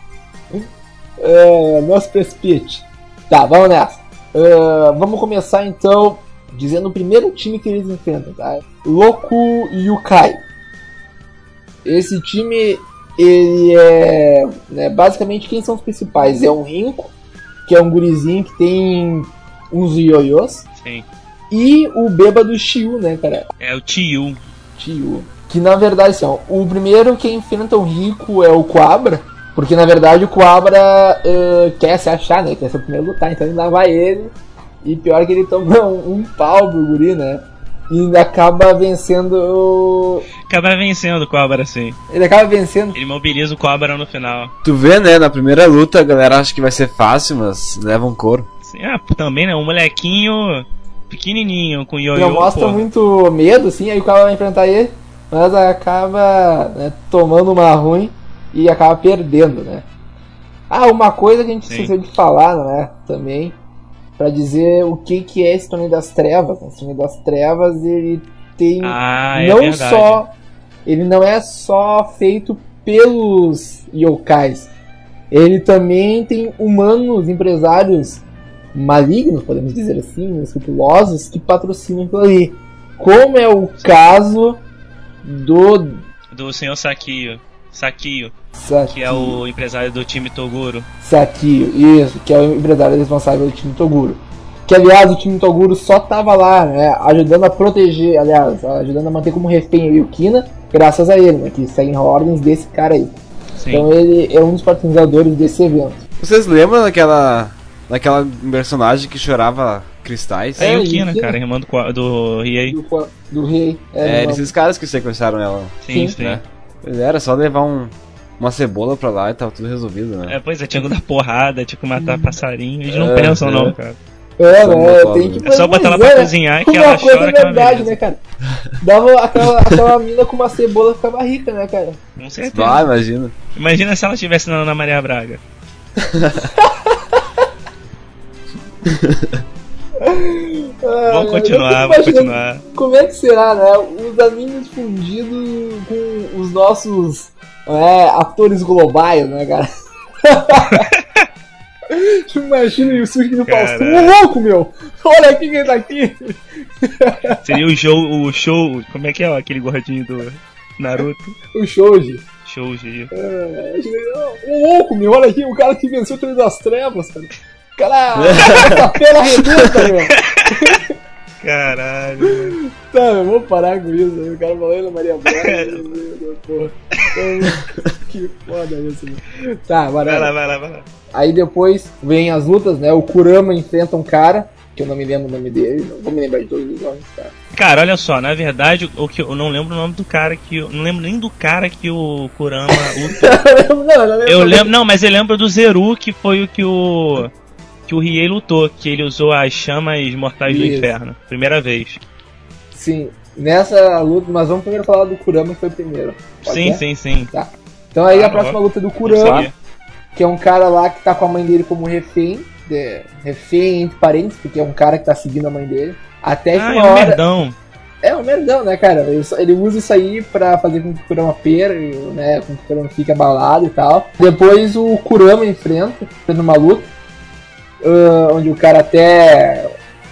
Não se precipite. Tá, vamos nessa. Vamos começar então dizendo o primeiro time que eles enfrentam, tá? Loku Yukai. Esse time, ele é... né, basicamente, quem são os principais? É um Rinko, que é um gurizinho que tem uns ioiôs. Sim. E o bêbado Shiu, né, cara? É o Chiyu. Que na verdade, assim, ó, o primeiro que enfrenta o Rico é o Kuwabara. Porque na verdade o Kuwabara quer se achar, né? Quer ser o primeiro a lutar, então ele lá vai ele. E pior que ele toma um pau pro guri, né? E acaba vencendo. Acaba vencendo o Kuwabara, sim. Ele acaba vencendo. Ele mobiliza o Kuwabara no final. Tu vê, né? Na primeira luta a galera acha que vai ser fácil, mas leva um couro. Sim, também, né? Um molequinho pequenininho, com ioiô. Não mostra muito medo, assim, aí o cara vai enfrentar ele. Mas acaba, né, tomando uma ruim e acaba perdendo, né? Uma coisa que a gente esqueceu de falar, né? Também. Pra dizer o que é esse Torneio das Trevas. Esse Torneio das Trevas, ele tem ele não é só feito pelos yokais. Ele também tem humanos, empresários malignos, podemos dizer assim, escrupulosos, que patrocinam aquilo ali. Como é o caso do senhor Sakio, que é o empresário do time Toguro. Sakio, isso, que é o empresário responsável do time Toguro. Que aliás o time Toguro só tava lá, né, ajudando a proteger, ajudando a manter como refém o Yukina, graças a ele, né, que seguem ordens desse cara aí. Sim. Então ele é um dos patrocinadores desse evento. Vocês lembram daquela personagem que chorava cristais? É Yukina, cara, irmã do Riei. Do Riei. Esses caras que sequestraram ela. Sim. Né? Pois era só levar uma cebola pra lá e tava tudo resolvido, né? Pois é, tinha que dar porrada, tinha que matar passarinho. Eles não pensam não, cara. Tem que é só botar ela pra cozinhar que ela chora. É verdade, né, cara? Dava aquela mina com uma cebola ficava rica, né, cara? Com certeza. Imagina. Imagina se ela estivesse na Maria Braga. Vamos continuar. Como é que será, né? Os animes fundidos com os nossos atores globais, né, cara? Imagina o Yusuke no Faustão. Ô louco, meu! Olha aqui quem tá aqui! Seria o show. Como é que é aquele gordinho do Naruto? O Shouji. Shouji. Ô louco, meu! Olha aqui o cara que venceu o Torneio das Trevas, cara. Essa pela arrebenta, meu! Caralho. Tá, eu vou parar com isso. O cara falando Maria Braga. Porra. Que foda isso, meu. Tá, vai lá. Aí depois vem as lutas, né? O Kurama enfrenta um cara, que eu não me lembro o nome dele, não vou me lembrar de todos os nomes, cara. Cara, olha só, na verdade, eu não lembro o nome do cara não lembro nem do cara que o Kurama lutou. Mas eu lembro do Zeru, que foi o que o Riei lutou, que ele usou as chamas mortais do inferno, primeira vez. Sim, nessa luta, mas vamos primeiro falar do Kurama, que foi o primeiro. Sim. Tá. Então aí a próxima luta é do Kurama, que é um cara lá que tá com a mãe dele como refém refém entre parentes, porque é um cara que tá seguindo a mãe dele. Até que uma é um hora... merdão. É um merdão, né, cara? Ele usa isso aí pra fazer com que o Kurama perca, né? Com que o Kurama fique abalado e tal. Depois o Kurama enfrenta numa luta, onde o cara até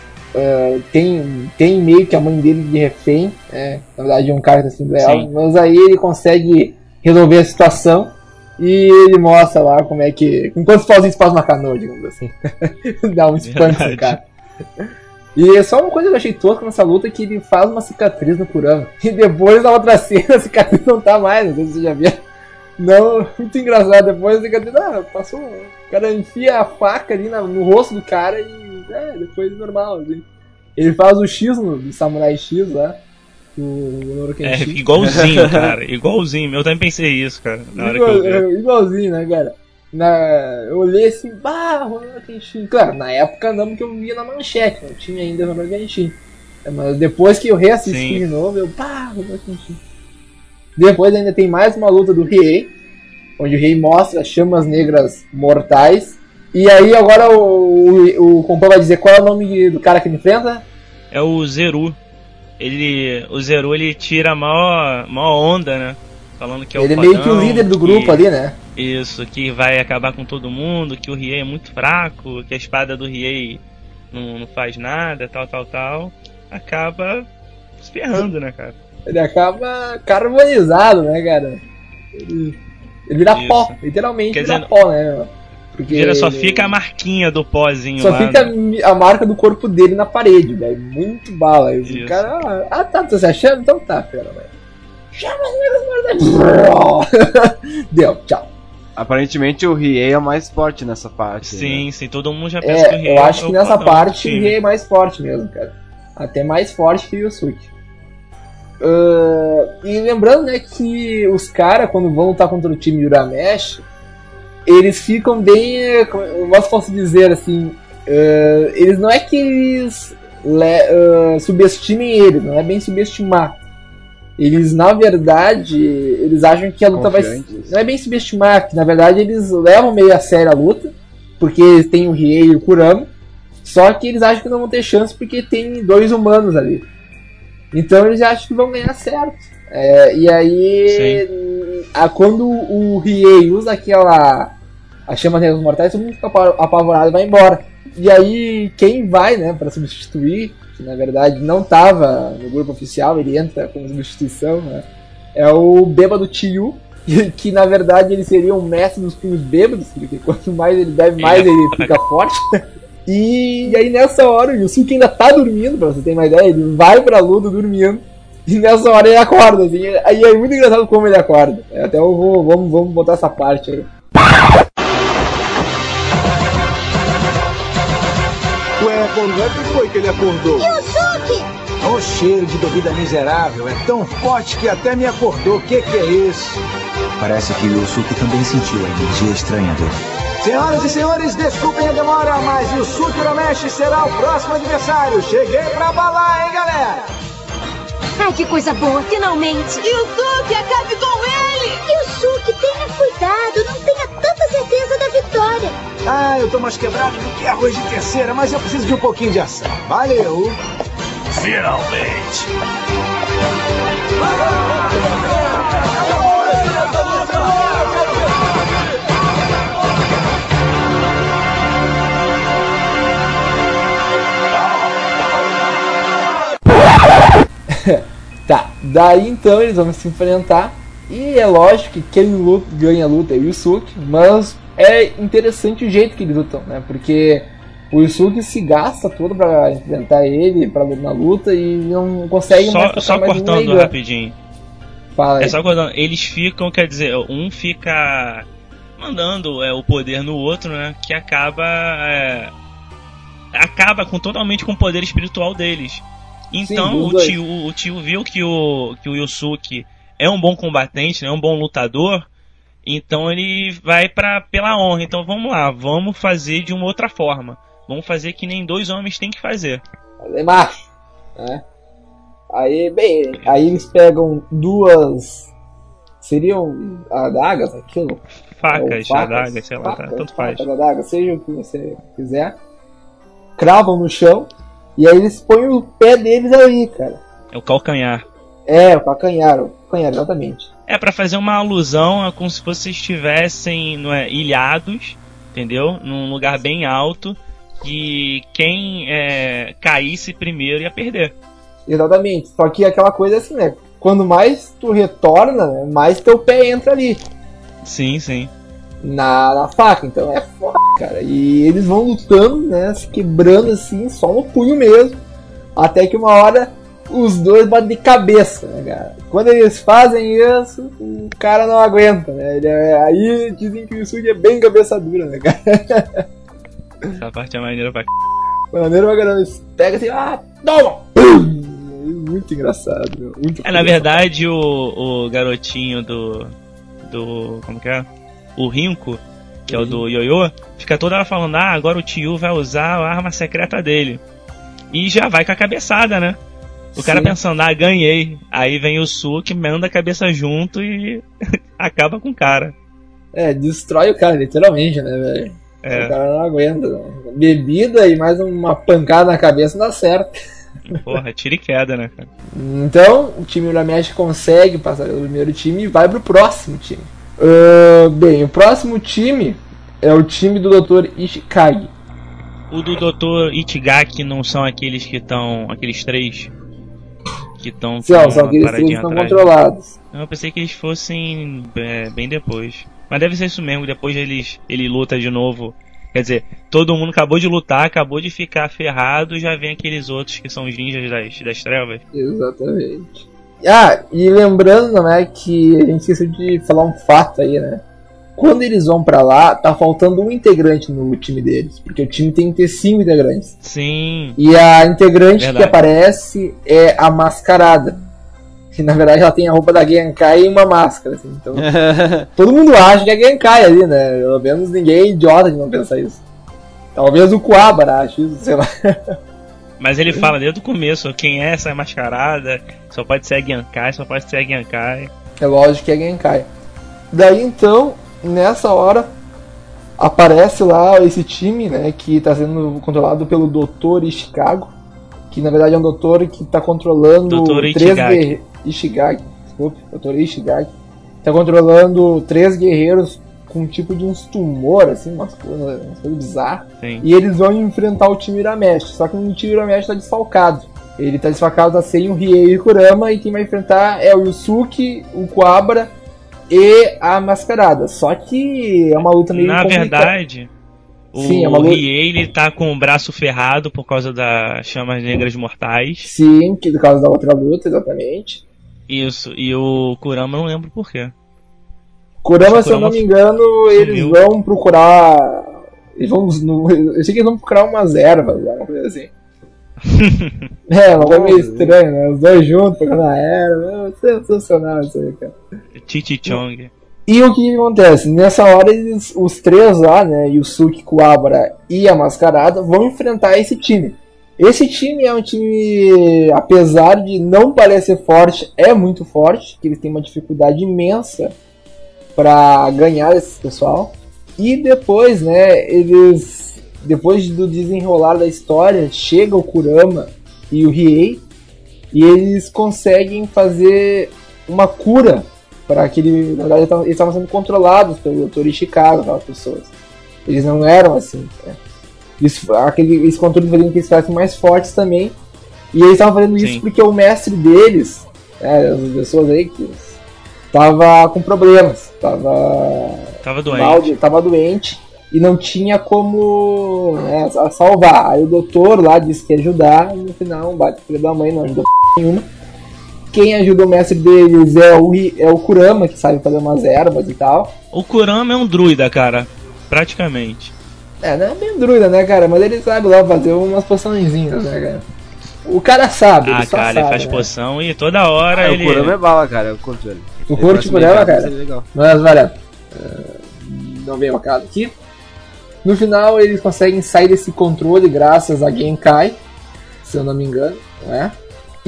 tem meio que a mãe dele de refém, né? Na verdade é um cara que tá sendo ela, mas aí ele consegue resolver a situação e ele mostra lá como é que... com quantos pauzinhos passa uma canoa, digamos assim. Dá um espanto no cara. E só uma coisa que eu achei tosca nessa luta é que ele faz uma cicatriz no Kurama. E depois na outra cena a cicatriz não tá mais, não sei se você já viu. Não, muito engraçado. Depois a cicatriz, passou. O cara enfia a faca ali no rosto do cara e depois normal, assim. Ele faz o X do Samurai X lá. Igualzinho, cara. Igualzinho. Eu também pensei isso, cara. Na hora que eu vi. Igualzinho, né, cara? Eu olhei assim, Rurouni Kenshin. Claro, na época não, porque eu via na manchete, não tinha ainda Rurouni Kenshin. Mas depois que eu reassisti de novo, Rurouni Kenshin. Depois ainda tem mais uma luta do Riei, onde o Riei mostra chamas negras mortais. E aí agora o Compão vai dizer qual é o nome do cara que ele enfrenta? É o Zeru. O Zeru ele tira a maior onda, né? Falando que é o ele é meio que o líder do grupo ali, né? Isso, que vai acabar com todo mundo, que o Riei é muito fraco, que a espada do Riei não faz nada, tal. Acaba se ferrando, né, cara? Ele acaba carbonizado, né, cara? Ele vira pó, literalmente vira pó, né? Porque só fica a marquinha do pozinho só lá. Só fica a marca do corpo dele na parede, velho. Muito bala. O cara, tá se achando? Então tá, pera, velho. Deu, tchau. Aparentemente o Riei é o mais forte nessa parte. Sim, todo mundo já pensa que o Riei eu acho que nessa parte o Riei é mais forte mesmo, cara. Até mais forte que o Yusuke. E lembrando, né, que os caras, quando vão lutar contra o time Urameshi, eles ficam bem, eu posso dizer assim, eles não é que eles subestimem eles, não é bem subestimar. Eles, na verdade, eles acham que a luta vai... Não é bem subestimar, que na verdade eles levam meio a sério a luta, porque eles têm o Riei e o Kurama, só que eles acham que não vão ter chance porque tem 2 humanos ali. Então eles acham que vão ganhar certo. E aí, quando o Riei usa a chama dos mortais, todo mundo fica apavorado e vai embora. E aí, quem vai, né, pra substituir, que na verdade não tava no grupo oficial, ele entra como substituição, né, é o bêbado Chiyu, que na verdade ele seria um mestre dos punhos bêbados, porque quanto mais ele bebe, mais ele fica forte. E aí nessa hora o Yusuke ainda tá dormindo, pra você ter uma ideia, ele vai pra luta dormindo, e nessa hora ele acorda, assim, aí é muito engraçado como ele acorda. Até vamos botar essa parte aí. Quando é que foi que ele acordou? Yusuke! O cheiro de bebida miserável é tão forte que até me acordou. O que é isso? Parece que o Yusuke também sentiu a energia estranha dele. Senhoras e senhores, desculpem a demora, mas Yusuke Urameshi será o próximo adversário. Cheguei pra abalar, hein, galera? Ai, que coisa boa, finalmente! Yusuke, acabe com ele! Yusuke, tenha cuidado, não tenha tanta certeza da vitória. Eu tô mais quebrado do que arroz de terceira, mas eu preciso de um pouquinho de ação. Valeu! Finalmente! Tá, daí então eles vão se enfrentar. E é lógico que quem ganha a luta é o Yusuke, mas é interessante o jeito que eles lutam, né? Porque o Yusuke se gasta todo pra enfrentar ele, pra na luta, e não consegue mais. Só cortando rapidinho. Fala aí. Só cortando. Eles ficam, quer dizer, um fica mandando o poder no outro, né? Que acaba totalmente com o poder espiritual deles. Então sim, o tio viu que o Yusuke é um bom combatente, né? Um bom lutador. Então ele vai pela honra. Então vamos lá, vamos fazer de uma outra forma. Vamos fazer que nem 2 homens têm que fazer. Fazer macho, né? Aí eles pegam 2... Seriam adagas, aquilo? facas, adagas, sei lá, facas, tanto faz. Facas, adagas, seja o que você quiser. Cravam no chão. E aí eles põem o pé deles ali, cara. É o calcanhar. É, o calcanhar, exatamente. É pra fazer uma alusão a como se vocês estivessem ilhados, entendeu? Num lugar bem alto, que quem caísse primeiro ia perder. Exatamente, só que aquela coisa assim, né? Quando mais tu retorna, né, mais teu pé entra ali. Sim, sim. Na faca, então é foda, cara. E eles vão lutando, né? Se quebrando assim, só no punho mesmo. Até que uma hora os dois batem de cabeça, né, cara? Quando eles fazem isso, o cara não aguenta, né? Aí dizem que o Yusuke é bem cabeça dura, né, cara? Essa parte é maneira pra c. Maneiro pra caramba, eles pegam assim, toma! Pum! Muito engraçado, meu. Muito na verdade, o garotinho do. Como que é? O Rinko, que é o do Yoyo, fica toda hora falando, agora o Tio vai usar a arma secreta dele. E já vai com a cabeçada, né? O cara pensando, ganhei. Aí vem o Su que manda a cabeça junto e acaba com o cara. Destrói o cara, literalmente, né, velho? O cara não aguenta. Não. Bebida e mais uma pancada na cabeça não dá certo. Porra, tira e queda, né, cara? Então, o time Uramesh consegue passar pelo primeiro time e vai pro próximo time. Bem, o próximo time é o time do Dr. Ishikage. O do Dr. Ichigaki não são aqueles que estão. Aqueles três que estão. São aqueles três que estão controlados. Eu pensei que eles fossem bem depois. Mas deve ser isso mesmo, depois ele luta de novo. Quer dizer, todo mundo acabou de lutar, acabou de ficar ferrado, já vem aqueles outros que são os ninjas das trevas. Exatamente. E lembrando, né, que a gente esqueceu de falar um fato aí, né? Quando eles vão pra lá, tá faltando um integrante no time deles, porque o time tem que ter 5 integrantes. Sim. E a integrante que aparece é a Mascarada. Que na verdade ela tem a roupa da Genkai e uma máscara, assim. Então, todo mundo acha que é Genkai ali, né? Pelo menos ninguém é idiota de não pensar isso. Talvez o Kuwabara ache isso, sei lá. Mas ele fala desde o começo, quem é essa mascarada? Só pode ser a Genkai, só pode ser a Genkai. É lógico que é Genkai. Daí então, nessa hora, aparece lá esse time, né, que está sendo controlado pelo Dr. Ishikago, que na verdade é um doutor que está controlando Ishigaki, desculpe, Dr. Ishigaki, está controlando 3 guerreiros com um tipo de uns tumor, assim, umas coisas bizarras. Sim. E eles vão enfrentar o time Uramesh, só que o time Uramesh está desfalcado. Ele está desfalcado sem o Riei e o Kurama, e quem vai enfrentar é o Yusuke, o Kuwabara e a Mascarada. Só que é uma luta meio complicada. Verdade, o Riei ele tá com o braço ferrado por causa das chamas negras mortais. Sim, que por causa da outra luta, exatamente. Isso, e o Kurama eu não lembro por quê. Kurama, se eu não me engano, eles vão procurar... eu sei que eles vão procurar umas ervas, uma coisa assim. Uma coisa meio estranha, né? Os dois juntos, procurando a erva. Sensacional isso aí, cara. Chichichong. E o que acontece? Nessa hora, os 3 lá, né? Yusuke, Kuwabara e a Mascarada vão enfrentar esse time. Esse time é um time, apesar de não parecer forte, é muito forte, que eles têm uma dificuldade imensa para ganhar esse pessoal. E depois, né, depois do desenrolar da história, chega o Kurama e o Riei, e eles conseguem fazer uma cura para aquele... Na verdade, eles estavam sendo controlados pelo Dr. Ishikaga, aquelas pessoas. Eles não eram assim, né? Esse controle fazia que eles ficassem mais fortes também. E eles estavam fazendo isso porque o mestre deles, as pessoas aí que tava com problemas, tava doente e não tinha como, né, salvar. Aí o doutor lá disse que ia ajudar, e no final bate filho da mãe, não ajudou nenhuma. Quem ajuda o mestre deles é o Kurama, que sabe fazer umas ervas e tal. O Kurama é um druida, cara, praticamente. Não é bem druida, né, cara? Mas ele sabe lá fazer umas poçõezinhas, né, cara? O cara sabe, ele só cara, sabe, ele faz poção e toda hora ele... O Kurama é bala, cara, eu curto ele. Tu curte o Kurama, cara? Mas, olha, não veio a casa aqui. No final, eles conseguem sair desse controle graças a Genkai, se eu não me engano, né?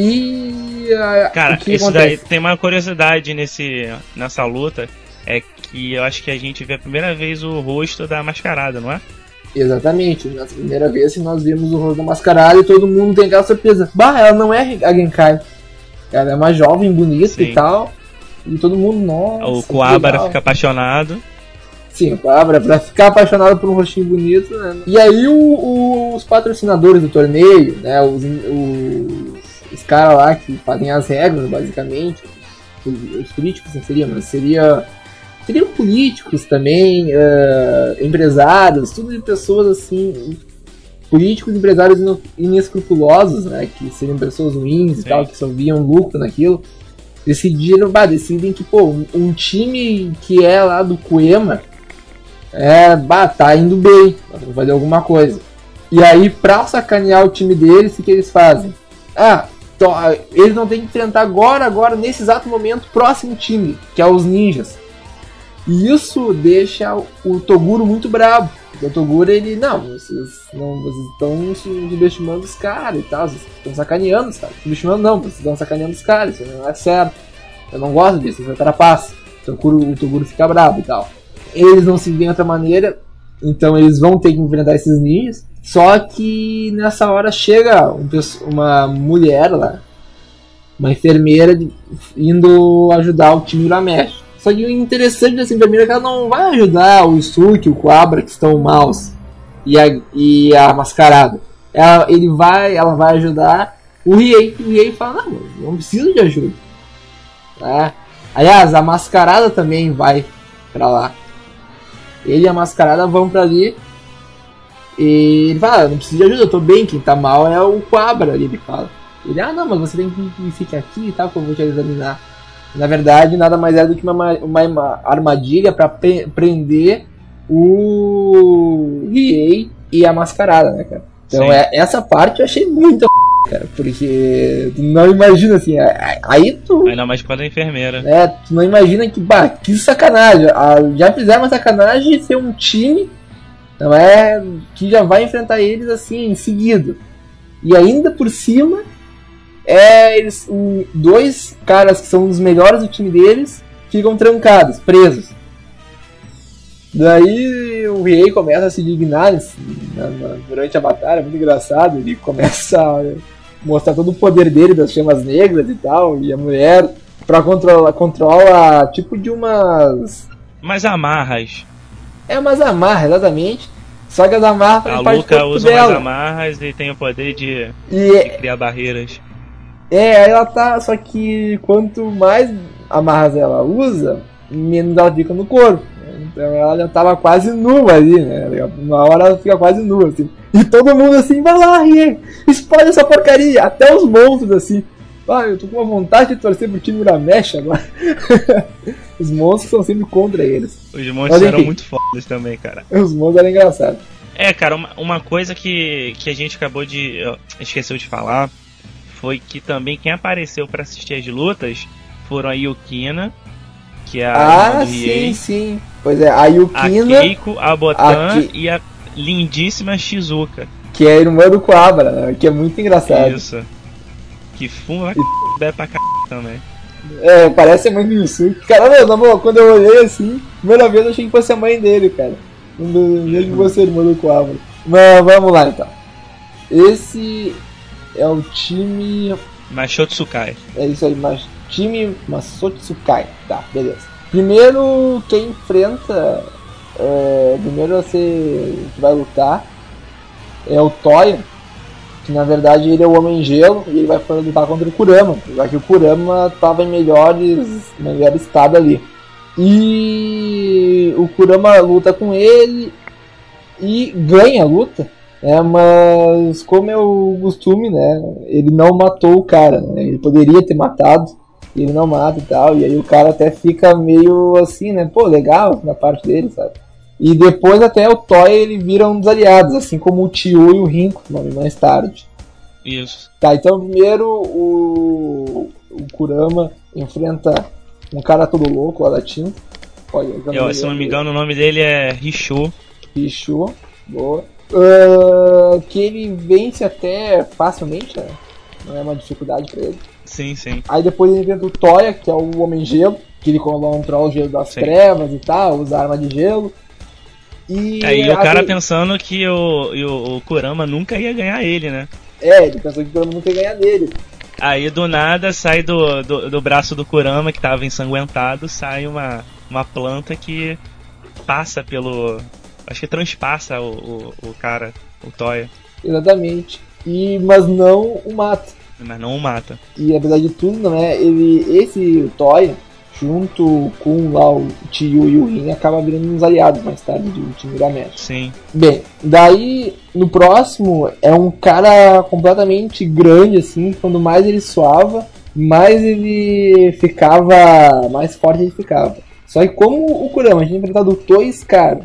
E... cara, isso daí tem uma curiosidade nessa luta, é que eu acho que a gente vê a primeira vez o rosto da Mascarada, não é? Exatamente, na primeira vez que nós vimos o rosto da Mascarada e todo mundo tem aquela surpresa. Bah, ela não é a Genkai. Ela é uma jovem, bonita Sim. e tal. E todo mundo, nossa. O Coabra fica apaixonado. Sim, o Coabra, pra ficar apaixonado por um rostinho bonito, né? E aí os patrocinadores do torneio, né? Os caras lá que fazem as regras, basicamente. Os políticos não seriam, mas seriam políticos também, empresários, tudo de pessoas assim, políticos, empresários inescrupulosos, né, que seriam pessoas ruins e tal, que só viam lucro naquilo, decidem que, pô, um time que é lá do Cuema, tá indo bem, vai fazer alguma coisa. E aí, pra sacanear o time deles, o que eles fazem? Eles não têm que enfrentar agora, nesse exato momento, o próximo time, que é os ninjas. E isso deixa o Toguro muito bravo. O Toguro, ele, vocês estão subestimando os caras e tal, vocês estão sacaneando os caras. Subestimando não, vocês estão sacaneando os caras, isso não é certo. Eu não gosto disso, isso é trapaça. O Toguro fica bravo e tal. Eles não se veem de outra maneira, então eles vão ter que enfrentar esses ninjas. Só que nessa hora chega uma mulher lá, uma enfermeira, indo ajudar o time Uramesh. Só que o interessante dessa enfermeira é que ela não vai ajudar o Isuki, o Coabra, que estão maus, e a Mascarada. Ela vai ajudar o Riei. O Riei fala, não preciso de ajuda. Aliás, a Mascarada também vai pra lá. Ele e a Mascarada vão pra ali. E ele fala, não preciso de ajuda, eu tô bem, quem tá mal é o Coabra ali, ele fala. Ele, não, mas você tem que ficar aqui e tal, que eu vou te examinar. Na verdade, nada mais é do que uma armadilha pra prender o Riei e a Mascarada, né, cara? Então, essa parte eu achei muito cara, porque tu não imagina assim, aí tu... Ainda mais quando é enfermeira. Tu não imagina que sacanagem. Já fizeram uma sacanagem de ser um time, não é, que já vai enfrentar eles assim, em seguida. E ainda por cima, dois caras que são os melhores do time deles ficam trancados, presos. Daí o Riei começa a se dignar durante a batalha, muito engraçado. Ele começa a mostrar todo o poder dele das chamas negras e tal. E a mulher controla tipo de umas amarras. Umas amarras, exatamente. Só que as amarras a Luca usa umas amarras e tem o poder de criar barreiras. Ela tá. Só que quanto mais amarras ela usa, menos ela fica no corpo. Então ela já tava quase nua ali, né? Uma hora ela fica quase nua, assim. E todo mundo assim, vai lá, Riei, explode essa porcaria. Até os monstros, assim. Eu tô com uma vontade de torcer pro time Uramesh agora. Os monstros são sempre contra eles. Os monstros eram muito fodas também, cara. Os monstros eram engraçados. Cara, uma coisa que a gente esqueceu de falar foi que também quem apareceu pra assistir as lutas foram a Yukina, que é a irmã do Riei. Sim. Pois é, a Yukina, a Keiko, a Botan e a lindíssima Shizuka, que é a irmã do Coabra, né? Que é muito engraçado. Isso. Que fuma pra c... também. Parece a mãe do Yusuke. Cara, na boa, quando eu olhei assim, primeira vez eu achei que fosse a mãe dele, cara. Mesmo você, irmã do Coabra. Mas vamos lá então. Esse é o time Mashotsukai. É isso aí, time Mashotsukai. Tá, beleza. Primeiro, quem enfrenta, primeiro que vai lutar é o Toya, que na verdade ele é o Homem-Gelo e ele vai lutar contra o Kurama, já que o Kurama tava em melhor estado ali. E o Kurama luta com ele e ganha a luta, mas como é o costume, né, ele não matou o cara, né, ele poderia ter matado, ele não mata e tal, e aí o cara até fica meio assim, né, legal na parte dele, sabe. E depois até o Toya ele vira um dos aliados, assim como o Tio e o Rinko, mais tarde. Isso. Tá, então primeiro o Kurama enfrenta um cara todo louco lá da tinta. Se não me engano o nome dele é Rishu. Boa. Que ele vence até facilmente, né? Não é uma dificuldade pra ele. Sim. Aí depois ele enfrenta o Toya, que é o Homem-Gelo. que ele controla o gelo das trevas e tal, usa arma de gelo. E aí o cara pensando que o Kurama nunca ia ganhar ele, né? Ele pensou que o Kurama nunca ia ganhar dele. Aí do nada sai do braço do Kurama, que tava ensanguentado, sai uma planta que passa pelo... Acho que transpassa o cara, o Toya. Exatamente. Mas não o mata. Mas não o mata. E apesar de tudo, não é? Esse Toya, junto com lá o Tio e o Rin, acaba virando uns aliados mais tarde do time Uramesh. Sim. Bem, daí no próximo é um cara completamente grande, assim. Quando mais ele suava, mais ele ficava, mais forte ele ficava. Só que como o Kurama tinha enfrentado dois caras,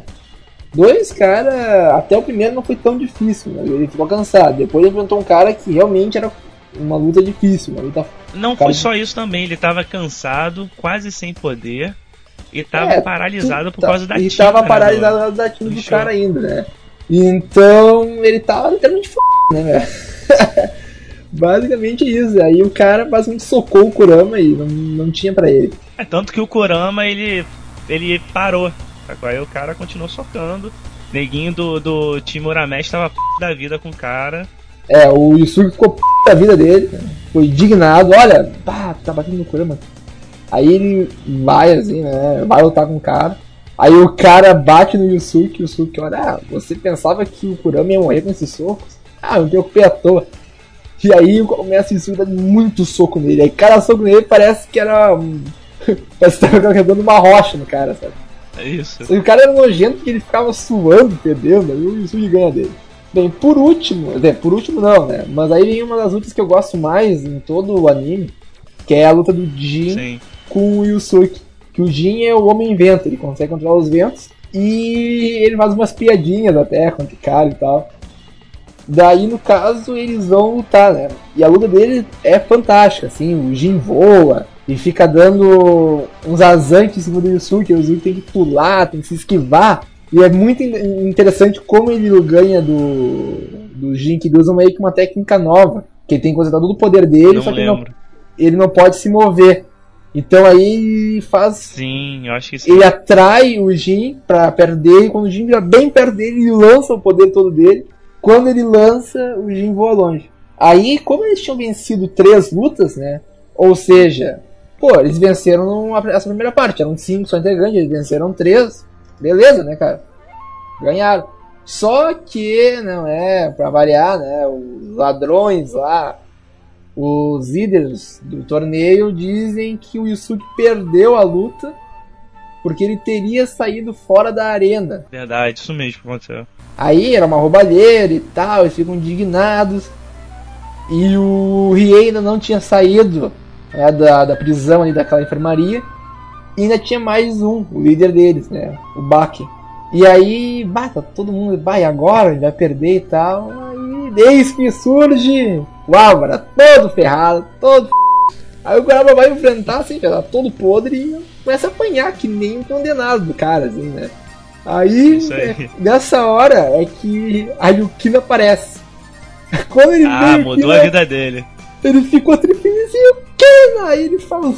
até o primeiro não foi tão difícil, né? Ele ficou cansado. Depois ele enfrentou um cara que realmente era uma luta difícil, uma luta... Não foi só isso também, ele tava cansado, quase sem poder, e tava paralisado por causa da tinta. E tava paralisado da tinta do cara ainda, né? Então ele tava literalmente né, velho? Basicamente isso. Aí o cara basicamente socou o Kurama e não tinha pra ele. Tanto que o Kurama, ele parou. Aí o cara continuou socando. Neguinho do time Uramesh tava da vida com o cara. O Yusuke ficou da vida dele, cara. Foi indignado. Olha, tá batendo no Kurama. Aí ele vai assim, né? Vai lutar com o cara. Aí o cara bate no Yusuke. O Yusuke, olha, você pensava que o Kurama ia morrer com esses socos? Eu me preocupei à toa. E aí começa o Yusuke dando muito soco nele. Aí cada soco nele parece que era... parece que tava quebrando uma rocha no cara, sabe? É isso. O cara era nojento porque ele ficava suando, perdendo, aí o Yusuke ganha dele. Bem, por último não, né? Mas aí vem uma das lutas que eu gosto mais em todo o anime, que é a luta do Jin com o Yusuke. Que o Jin é o homem-vento, ele consegue controlar os ventos e ele faz umas piadinhas até contra o cara e tal. Daí, no caso, eles vão lutar, né? E a luta deles é fantástica, assim, o Jin voa e fica dando uns azantes em cima do Yusuke, o Yusuke tem que pular, tem que se esquivar. E é muito interessante como ele ganha do Jin, que ele usa meio que uma técnica nova, que ele tem que concentrar todo o poder dele, só que ele não pode se mover. Então aí ele faz... Sim, eu acho que sim. Ele atrai o Jin pra perto dele, quando o Jin vira bem perto dele, ele lança o poder todo dele. Quando ele lança, o Jin voa longe. Aí, como eles tinham vencido 3 lutas, né? Ou seja, eles venceram essa primeira parte. Eram 5 só integrantes, eles venceram 3. Beleza, né, cara? Ganharam. Só que, não é, pra variar, né? Os ladrões lá, os líderes do torneio dizem que o Yusuke perdeu a luta porque ele teria saído fora da arena. Verdade, isso mesmo que aconteceu. Aí era uma roubalheira e tal, eles ficam indignados. E o Riei ainda não tinha saído, né, da prisão ali daquela enfermaria. E ainda tinha mais um, o líder deles, né, o Baki. E aí, tá todo mundo, agora ele vai perder e tal. Aí, eis que surge o Álvaro, todo ferrado, todo Aí o Kurama vai enfrentar, assim, já tá todo podre e começa a apanhar que nem um condenado do cara, assim, né. Aí, nessa hora é que a Yukina aparece. Quando ele veio mudou a vida dele. Ele ficou tripinho assim, Yukina! Aí ele fala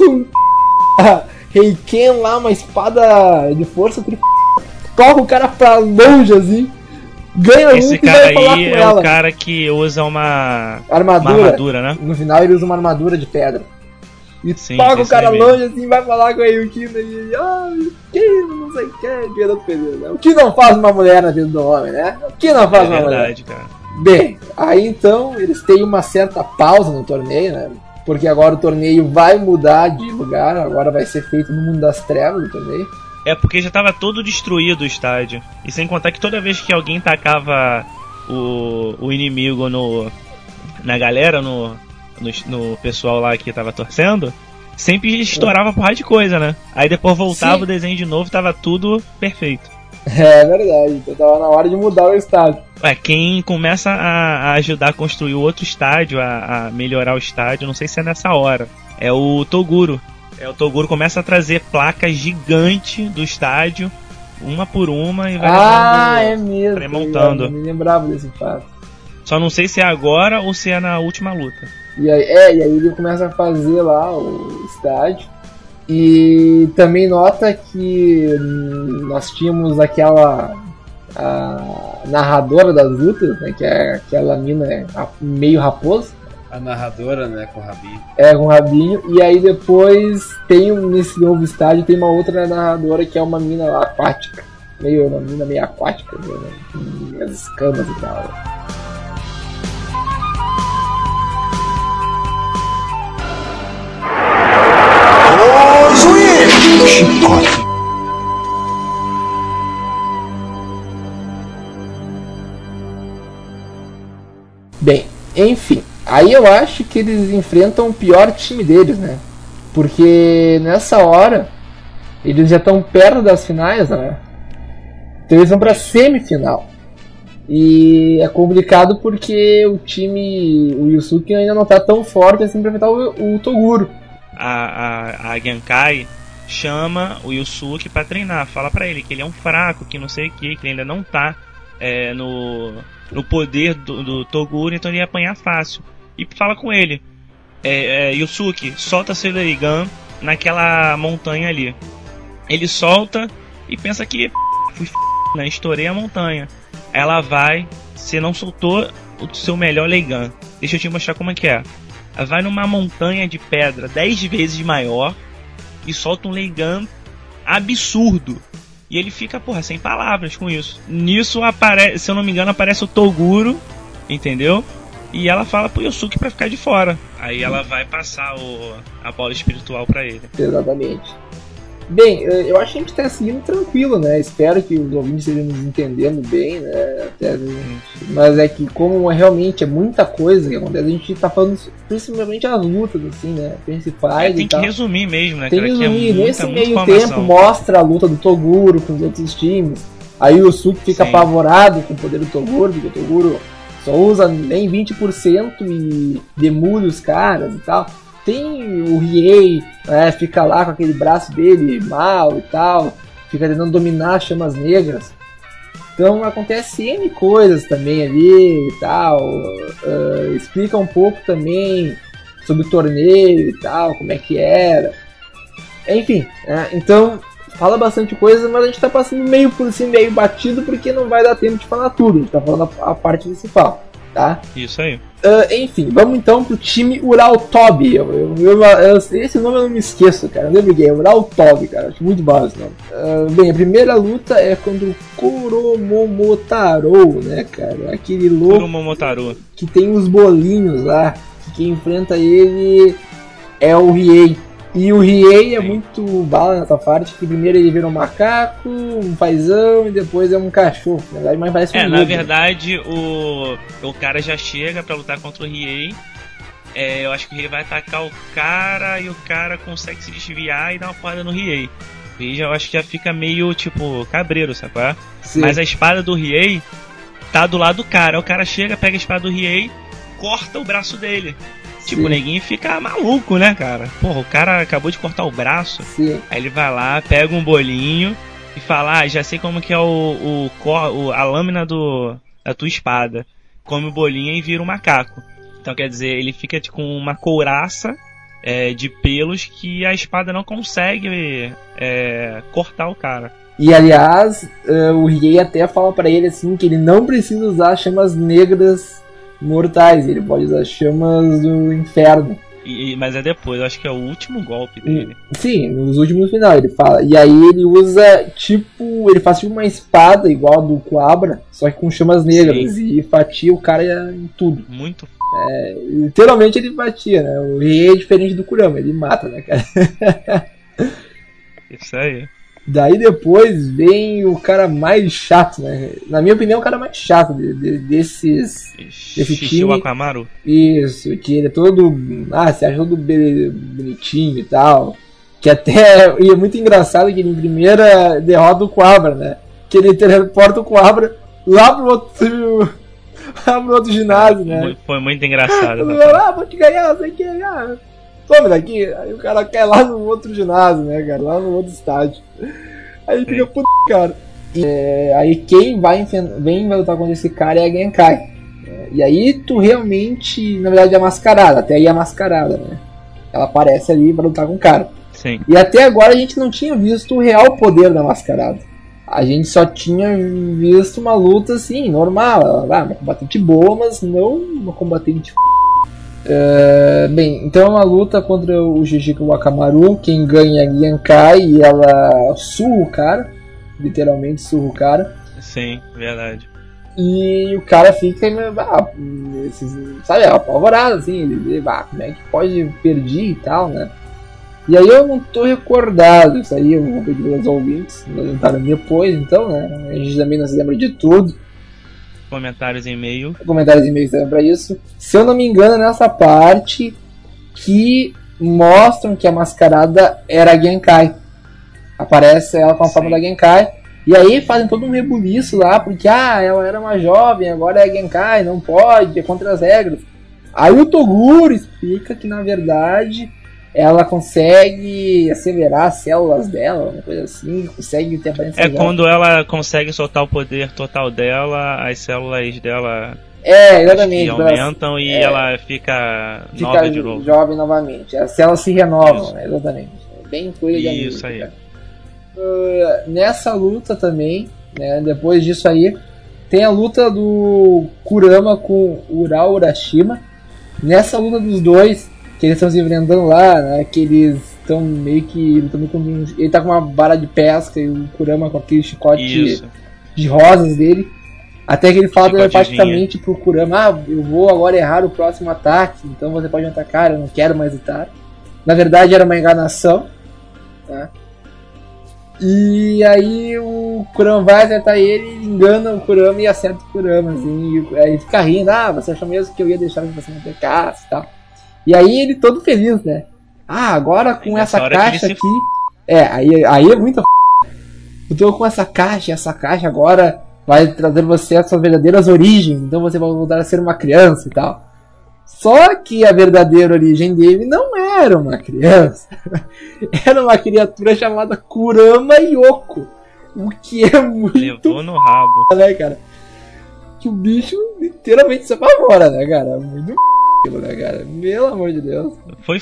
Reiken lá, uma espada de força, toca o cara pra longe, assim, ganha a luta e vai falar com ela. Esse cara aí é o cara que usa uma armadura, né? No final ele usa uma armadura de pedra. E toca o cara longe assim, vai falar com a Yukina e ele, Yukina, não sei o que, dia do feliz, né? O que não faz uma mulher na vida do homem, né? O que não faz uma mulher? É verdade, cara. Bem, aí então eles têm uma certa pausa no torneio, né? Porque agora o torneio vai mudar de lugar, agora vai ser feito no mundo das trevas o torneio. É porque já tava todo destruído o estádio. E sem contar que toda vez que alguém tacava o inimigo na galera, no pessoal lá que tava torcendo, sempre estourava porrada de coisa, né? Aí depois voltava o desenho de novo e tava tudo perfeito. É verdade, então tava na hora de mudar o estádio. Quem começa a ajudar a construir o outro estádio, a melhorar o estádio, não sei se é nessa hora, é o Toguro. O Toguro começa a trazer placas gigantes do estádio, uma por uma, e vai é mesmo, montando. Eu me lembrava desse fato. Só não sei se é agora ou se é na última luta. E aí ele começa a fazer lá o estádio. E também nota que nós tínhamos aquela a narradora das lutas, né, que é aquela mina meio raposa. A narradora, né, com o rabinho. Com o rabinho. E aí depois nesse novo estádio tem uma outra narradora que é uma mina lá, aquática. Uma mina meio aquática, né, com as escamas e tal. Chicote. Bem, enfim, aí eu acho que eles enfrentam o pior time deles, né? Porque nessa hora eles já estão perto das finais, né? Então eles vão pra semifinal. E é complicado porque o Yusuke ainda não tá tão forte assim pra enfrentar o Toguro. A Genkai chama o Yusuke pra treinar, fala pra ele que ele é um fraco, que não sei o que ele ainda não tá no poder do Toguro, então ele ia apanhar fácil. E fala com ele, Yusuke, solta seu Rinnegan naquela montanha ali. Ele solta e pensa que né, estourei a montanha. Ela vai, você não soltou o seu melhor Rinnegan. Deixa eu te mostrar como é que é. Ela vai numa montanha de pedra 10 vezes maior e solta um Rinnegan absurdo. E ele fica, sem palavras com isso. Nisso aparece, se eu não me engano, aparece o Toguro, entendeu? E ela fala pro Yusuke pra ficar de fora. Aí ela vai passar a bola espiritual pra ele. Exatamente. Bem, eu acho que a gente tá seguindo tranquilo, né? Espero que os ouvintes estejam nos entendendo bem, né? Mas é que como realmente é muita coisa que acontece, a gente tá falando principalmente as lutas, assim, né? Principais tem que resumir mesmo, né? Tem que resumir. Nesse meio informação. Tempo mostra a luta do Toguro com os outros times. Aí o Yusuke fica apavorado com o poder do Toguro, porque o Toguro só usa nem 20% e demole os caras e tal. Tem o Riei, fica lá com aquele braço dele mal e tal, fica tentando dominar as chamas negras. Então acontece N coisas também ali e tal. Explica um pouco também sobre o torneio e tal, como é que era. Enfim, então fala bastante coisa, mas a gente tá passando meio por cima, meio batido, porque não vai dar tempo de falar tudo. A gente tá falando a parte principal, tá? Isso aí. Enfim, vamos então pro time Uraltobi. Esse nome eu não me esqueço, cara. Eu lembro que é Uraltobi, cara. Acho muito bom esse nome. Bem, a primeira luta é contra o Kuromomotaro, né, cara? Aquele louco Kuromomotaro que tem os bolinhos lá. Que quem enfrenta ele é o Riei. E o Riei é muito bala nessa parte, que primeiro ele vira um macaco, um paizão e depois é um cachorro. Na verdade, mas parece um na verdade, o cara já chega pra lutar contra o Riei. Eu acho que o Riei vai atacar o cara e o cara consegue se desviar e dar uma porrada no Riei. O Riei eu acho que já fica meio tipo cabreiro, sabe? Mas a espada do Riei tá do lado do cara. O cara chega, pega a espada do Riei, corta o braço dele. Tipo, o neguinho fica maluco, né, cara? Porra, o cara acabou de cortar o braço. Sim. Aí ele vai lá, pega um bolinho e fala, já sei como que é a lâmina da tua espada. Come o bolinho e vira um macaco. Então, quer dizer, ele fica com uma couraça de pelos que a espada não consegue cortar o cara. E, aliás, o Riei até fala pra ele, assim, que ele não precisa usar chamas negras mortais, ele pode usar chamas do inferno. Mas é depois, eu acho que é o último golpe dele. Sim, nos últimos final ele fala. E aí ele usa ele faz tipo uma espada igual a do Quabra, só que com chamas negras. Sim. E fatia o cara em tudo. Muito literalmente ele fatia, né? O Rei é diferente do Kurama, ele mata, né, cara? Isso aí. Daí depois vem o cara mais chato, né? Na minha opinião, o cara mais chato desse time. Akamaru. Isso, que ele é todo... se acha todo bonitinho e tal. Que até... E é muito engraçado que ele em primeira derrota o Quabra, né? Que ele teleporta o Quabra lá pro outro ginásio, né? Foi muito engraçado. Vou te ganhar, você quer ganhar. Tome daqui, aí o cara cai lá no outro ginásio, né, cara, lá no outro estádio. Aí fica puto, cara. Aí quem vem lutar contra esse cara é a Genkai. E aí tu realmente, na verdade, é a mascarada, até aí é a mascarada, né? Ela aparece ali pra lutar com o cara. Sim. E até agora a gente não tinha visto o real poder da Mascarada. A gente só tinha visto uma luta assim, normal. Uma combatente boa, mas não uma combatente bem, então é uma luta contra o Jujiko Wakamaru. Quem ganha é a Genkai e ela surra o cara. Literalmente surra o cara. Sim, verdade. E o cara fica, sabe, apavorado, assim. Ele vê, como é que pode perder e tal, né? E aí eu não tô recordado. Isso aí eu vou pedir aos ouvintes, comentaram depois, então, né? A gente também não se lembra de tudo. Comentários e e-mail. Comentários e e-mails também pra isso. Se eu não me engano, é nessa parte que mostram que a Mascarada era a Genkai. Aparece ela com a forma da Genkai. E aí fazem todo um rebuliço lá, porque ela era uma jovem, agora é a Genkai, não pode, é contra as regras. Aí o Toguro explica que na verdade ela consegue acelerar as células dela, uma coisa assim, consegue ter aparência dela. Quando ela consegue soltar o poder total dela, as células dela exatamente, aumentam e ela fica nova de novo. Jovem novamente. As células se renovam, né? Exatamente. Bem coisa de anime. Isso aí. Nessa luta também, né, depois disso aí, tem a luta do Kurama com o Urao Urashima. Nessa luta dos dois, que eles estão se enfrentando lá, né, que eles estão meio que... Ele tá com uma vara de pesca e o Kurama com aquele chicote de rosas dele. Até que ele fala telepaticamente pro Kurama, eu vou agora errar o próximo ataque, então você pode me atacar, eu não quero mais lutar. Na verdade era uma enganação, né? E aí o Kurama vai acertar ele, engana o Kurama e acerta o Kurama, assim, e aí ele fica rindo, você achou mesmo que eu ia deixar você me atacasse e tal. E aí ele todo feliz, né? Agora com essa caixa aqui... Aí é muito eu tô com essa caixa agora vai trazer você as suas verdadeiras origens, então você vai voltar a ser uma criança e tal. Só que a verdadeira origem dele não era uma criança. Era uma criatura chamada Kurama Yoko. O que é muito... Levou no rabo. Né, cara? Que o bicho literalmente se apavora, né, cara? Muito aquilo, né, cara? Pelo amor de Deus.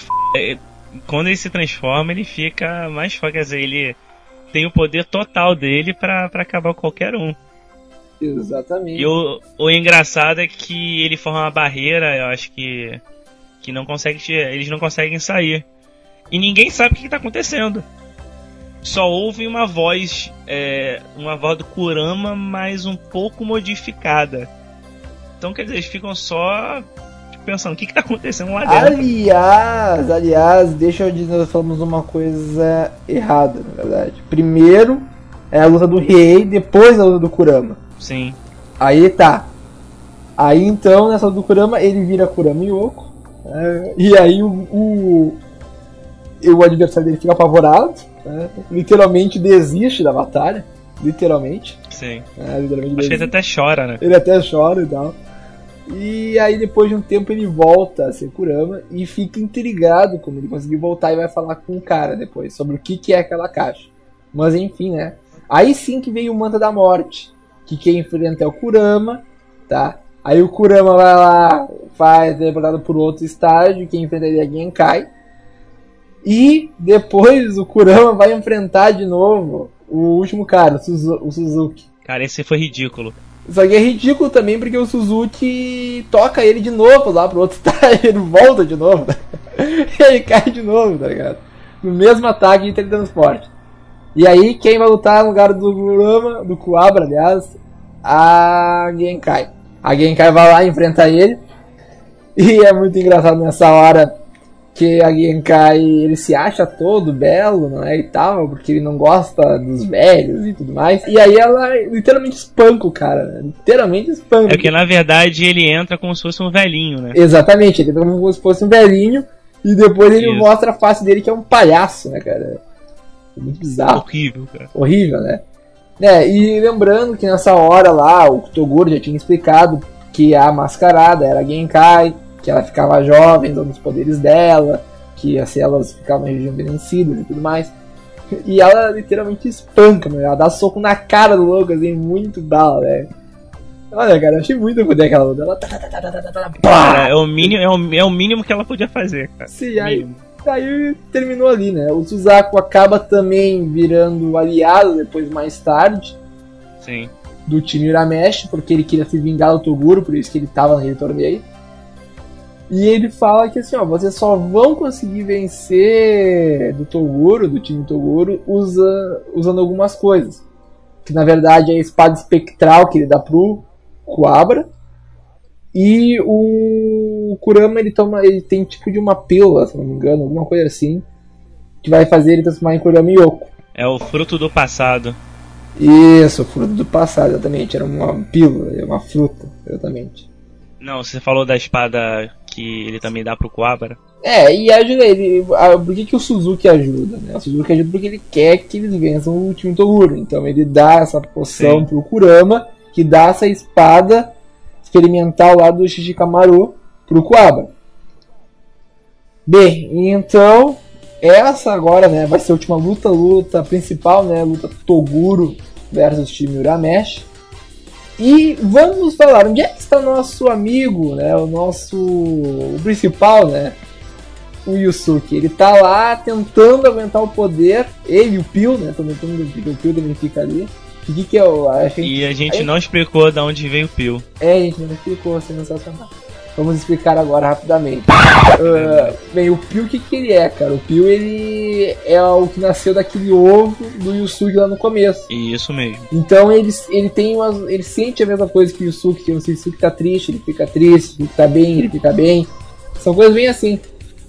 Quando ele se transforma, ele fica mais forte. Quer dizer, ele tem o poder total dele pra acabar com qualquer um. Exatamente. E o engraçado é que ele forma uma barreira, eu acho que não consegue, eles não conseguem sair. E ninguém sabe o que está acontecendo. Só ouve uma voz do Kurama, mas um pouco modificada. Então, quer dizer, eles ficam só pensando, o que está acontecendo lá dentro? Aliás, deixa eu dizer, nós falamos uma coisa errada, na verdade. Primeiro é a luta do rei, depois a luta do Kurama. Sim. Aí tá. Aí então, nessa do Kurama, ele vira Kurama Yoko. E aí o adversário dele fica apavorado. Literalmente desiste da batalha. Literalmente. Sim. Literalmente acho que ele até chora, né? Ele até chora e tal. E aí depois de um tempo ele volta a ser Kurama e fica intrigado como ele conseguiu voltar e vai falar com o cara depois sobre o que é aquela caixa. Mas enfim, né? Aí sim que veio o Mantra da Morte. Que quem enfrenta é o Kurama, tá? Aí o Kurama vai lá, faz derrotado por outro estágio, quem enfrenta ele é a Genkai. E depois o Kurama vai enfrentar de novo o último cara, o Suzuki. Cara, esse foi ridículo. Só que é ridículo também porque o Suzuki toca ele de novo lá pro outro estágio, ele volta de novo, né? E aí cai de novo, tá ligado? No mesmo ataque de teletransporte. E aí, quem vai lutar no lugar do Kurama, do Kuwabara, aliás, a Genkai. A Genkai vai lá enfrentar ele. E é muito engraçado nessa hora que a Genkai, ele se acha todo belo, não é, e tal, porque ele não gosta dos velhos e tudo mais. E aí ela literalmente espanca o cara, né? Literalmente espanca. É que na verdade ele entra como se fosse um velhinho, né? Exatamente, ele entra como se fosse um velhinho. E depois ele mostra a face dele que é um palhaço, né, cara? Muito bizarro. Horrível, cara. Horrível, né? E lembrando que nessa hora lá, o Toguro já tinha explicado que a Mascarada era a Genkai, que ela ficava jovem, dando os poderes dela, que as células ficavam rejuvenescidas e tudo mais. E ela literalmente espanca, né? Ela dá soco na cara do louco, assim, muito bala, né? Olha, cara, eu achei muito poder aquela luta. Ela... Cara, é o mínimo que ela podia fazer, cara. Sim, aí Aí terminou ali, né? O Suzaku acaba também virando aliado depois, mais tarde. Sim. Do time Urameshi, porque ele queria se vingar do Toguro, por isso que ele tava naquele torneio. E ele fala que assim, ó, vocês só vão conseguir vencer do Toguro, do time Toguro, usando algumas coisas. Que na verdade é a espada espectral que ele dá pro Kuwabara. E o Kurama ele tem tipo de uma pílula, se não me engano, alguma coisa assim, que vai fazer ele transformar em Kurama Yoko. É o fruto do passado. Isso, o fruto do passado, exatamente. Era uma pílula, uma fruta, exatamente. Não, você falou da espada que ele também dá pro Kuwabara. E ajuda ele. Por que o Suzuki ajuda? Né? O Suzuki ajuda porque ele quer que eles vençam o time Toguro. Então ele dá essa poção pro Kurama, que dá essa espada experimental lá do Shishikamaru pro Kuwabara. Bem, então essa agora, né, vai ser a última luta principal, né, luta Toguro versus time Urameshi. E vamos falar, onde é que está o nosso amigo, né, o principal, né, o Yusuke. Ele tá lá tentando aguentar o poder, ele e o Pio, né, porque o Pio também fica ali. O que eu acho? E a gente não explicou de onde veio o Pio. A gente não explicou, sensacional. Vamos explicar agora rapidamente. Bem, o Pio, o que ele é, cara? O Pio, ele é o que nasceu daquele ovo do Yusuke lá no começo. Isso mesmo. Então ele sente a mesma coisa que o Yusuke. Se o Yusuke tá triste, ele fica triste. Se ele tá bem, ele fica bem. São coisas bem assim.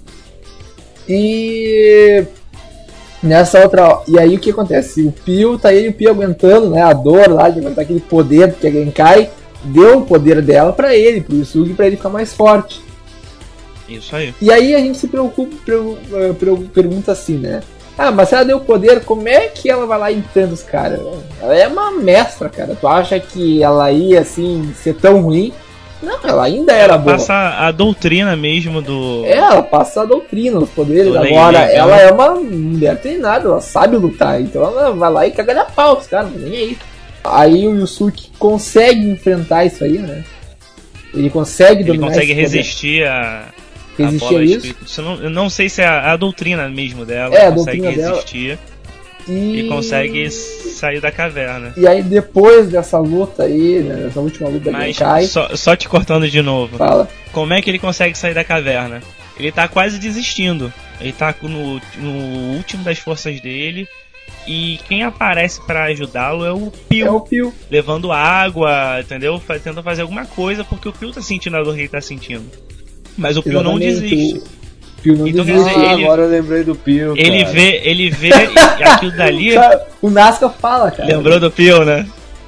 E nessa outra... E aí o que acontece? O Pio, tá ele e o Pio aguentando, né, a dor lá de aguentar aquele poder, porque a Genkai deu o poder dela pra ele, pro Yusuke, pra ele ficar mais forte. Isso aí. E aí a gente se pergunta assim, né? Mas se ela deu o poder, como é que ela vai lá e enfrenta os caras? Ela é uma mestra, cara. Tu acha que ela ia, assim, ser tão ruim? Não, ela ainda era boa. Ela passa a doutrina mesmo do... Ela passa a doutrina, os poderes. Agora, ela é uma mulher treinada, ela sabe lutar. Então ela vai lá e caga na pau, os caras, nem é isso. Aí o Yusuke consegue enfrentar isso aí, né? Ele consegue dominar. Ele consegue resistir a bola espírita. Eu não sei se é a doutrina mesmo dela. É, a consegue doutrina resistir e consegue sair da caverna. E aí depois dessa luta aí, né, dessa última luta da Genkai... Só te cortando de novo. Fala. Como é que ele consegue sair da caverna? Ele tá quase desistindo. Ele tá no último das forças dele. E quem aparece pra ajudá-lo é o Pio. É o Pio. Levando água, entendeu? Tentando fazer alguma coisa, porque o Pio tá sentindo a dor que ele tá sentindo. Mas o Pio não desiste. O Pio não desiste. Agora eu lembrei do Pio, ele vê aquilo dali... O Nazca fala, cara. Lembrou do Pio, né?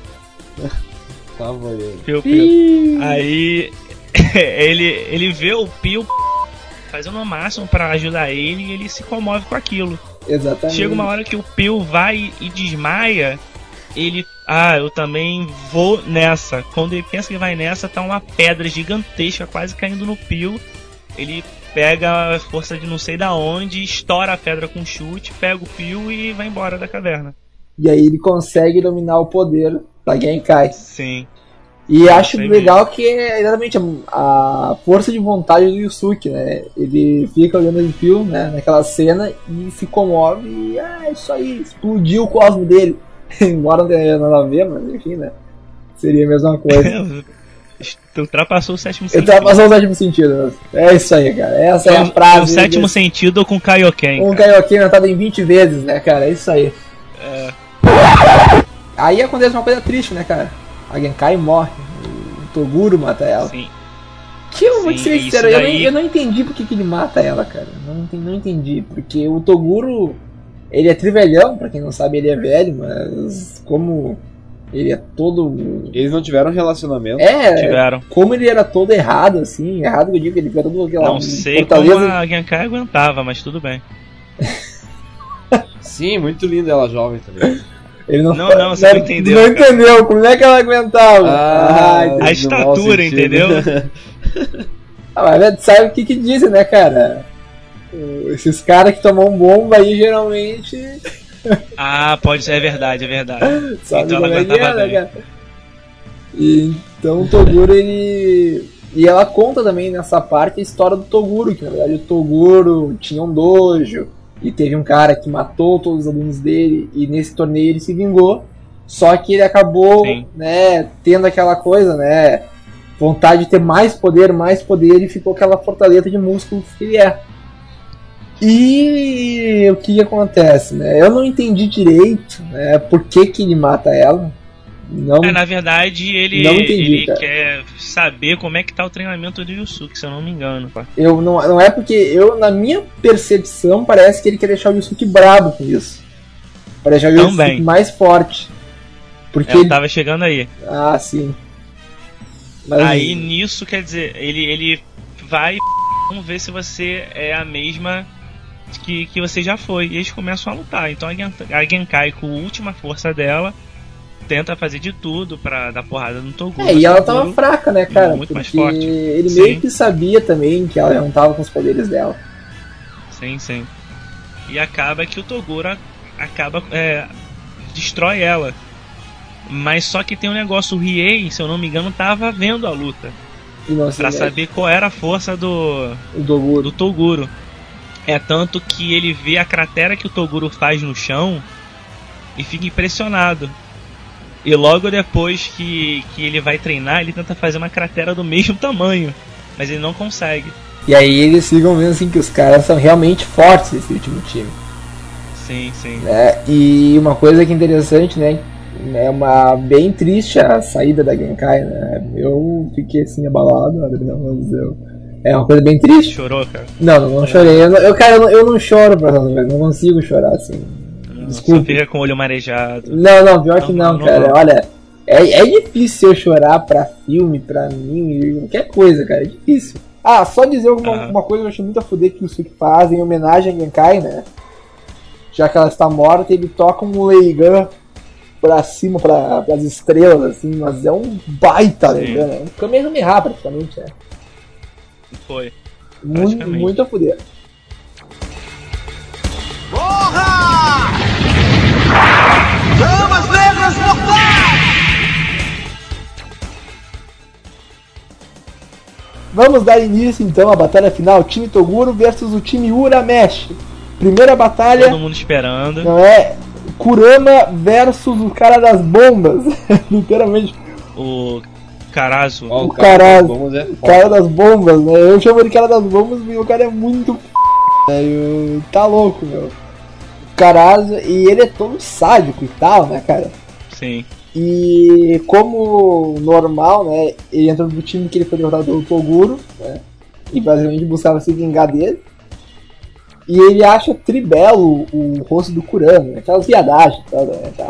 Tava aí. Pio. Aí ele vê o Pio fazendo o máximo pra ajudar ele e ele se comove com aquilo. Exatamente. Chega uma hora que o Pio vai e desmaia, ele... eu também vou nessa. Quando ele pensa que vai nessa, tá uma pedra gigantesca quase caindo no Pio. Ele pega a força de não sei da onde, estoura a pedra com um chute, pega o Pio e vai embora da caverna. E aí ele consegue dominar o poder da Genkai. Sim. E acho legal que é exatamente a força de vontade do Yusuke, né? Ele fica olhando o Pio, né, naquela cena e se comove e isso aí, explodiu o cosmo dele. Embora não tenha nada a ver, mas enfim, né? Seria a mesma coisa. Ultrapassou o sétimo sentido. Ultrapassou o sétimo sentido. É isso aí, cara. Essa é a frase. O sétimo sentido com Kaioken. Um Kaioken aumentado em 20 vezes, né, cara? É isso aí. Aí acontece uma coisa triste, né, cara? A Genkai morre. O Toguro mata ela. Sim. Que eu vou ser sincero, eu não entendi porque que ele mata ela, cara. Não entendi. Porque o Toguro, ele é trivelhão, pra quem não sabe, ele é velho, mas como ele é todo... Eles não tiveram relacionamento? Tiveram. Como ele era todo errado, assim, errado que eu digo, ele fica todo aquela... Não sei como a Genkai aguentava, mas tudo bem. Sim, muito linda ela jovem também. Ele não, você não entendeu. Não entendeu, como é que ela aguentava? A estatura, entendeu? Mas sabe o que dizem, né, cara? Esses caras que tomam bomba aí, geralmente... pode ser, é verdade. Sabe então ela aguentava bem. Cara? E, então o Toguro, ele E ela conta também nessa parte a história do Toguro, que na verdade o Toguro tinha um dojo e teve um cara que matou todos os alunos dele e nesse torneio ele se vingou, só que ele acabou, né, tendo aquela coisa, né, vontade de ter mais poder e ficou aquela fortaleza de músculos que ele é. E o que acontece, né? Eu não entendi direito, né, por que ele mata ela. Não, na verdade, ele quer saber como é que tá o treinamento do Yusuke, se eu não me engano. Não é porque na minha percepção, parece que ele quer deixar o Yusuke brabo com isso. Para deixar o Yusuke mais forte. Porque eu tava chegando aí. Ah, sim. Mas aí nisso, quer dizer, ele vai, vamos ver se você é a mesma que você já foi. E eles começam a lutar. Então a Genkai, com a última força dela, tenta fazer de tudo pra dar porrada no Toguro. E ela tava fraca, né, cara? Muito mais forte. Ele meio que sabia também que ela não tava com os poderes dela. Sim. E acaba que o Toguro destrói ela. Mas só que tem um negócio, o Riei, se eu não me engano, tava vendo a luta. Pra saber qual era a força do Toguro. É tanto que ele vê a cratera que o Toguro faz no chão e fica impressionado. E logo depois que ele vai treinar, ele tenta fazer uma cratera do mesmo tamanho, mas ele não consegue. E aí eles ficam vendo assim que os caras são realmente fortes esse último time. Sim. E uma coisa que é interessante, né? É bem triste a saída da Genkai, né? Eu fiquei assim abalado, é uma coisa bem triste. Chorou, cara? Não chorei. Eu não choro pra não consigo chorar assim. Desculpa. Só fica com o olho marejado. Não, pior que não, cara. Não. Olha, é difícil eu chorar pra filme, pra anime, qualquer coisa, cara. É difícil. Só dizer uma coisa que eu achei muito a fuder que o Yusuke faz em homenagem a Genkai, né? Já que ela está morta, ele toca um Leigan pra cima, pras estrelas, assim, mas é um baita Leigan, né? Um Kamehameha praticamente, né? Foi. Muito a fuder. Porra! Chamas negras mortais! Vamos dar início então à batalha final, time Toguro versus o time Urameshi. Primeira batalha. Todo mundo esperando. Não é? Kurama versus o cara das bombas. Literalmente. O Karasu. O Karasu. O cara das bombas, né? Eu chamo de cara das bombas porque o cara é muito né? Tá louco, meu. O Karasu, e ele é todo sádico e tal, né, cara? Sim. E como normal, né? Ele entrou no time que ele foi derrotado pelo Toguro, né? E basicamente buscava se vingar dele. E ele acha tribelo o rosto do Kurama, né? Aquelas viadagens, tá?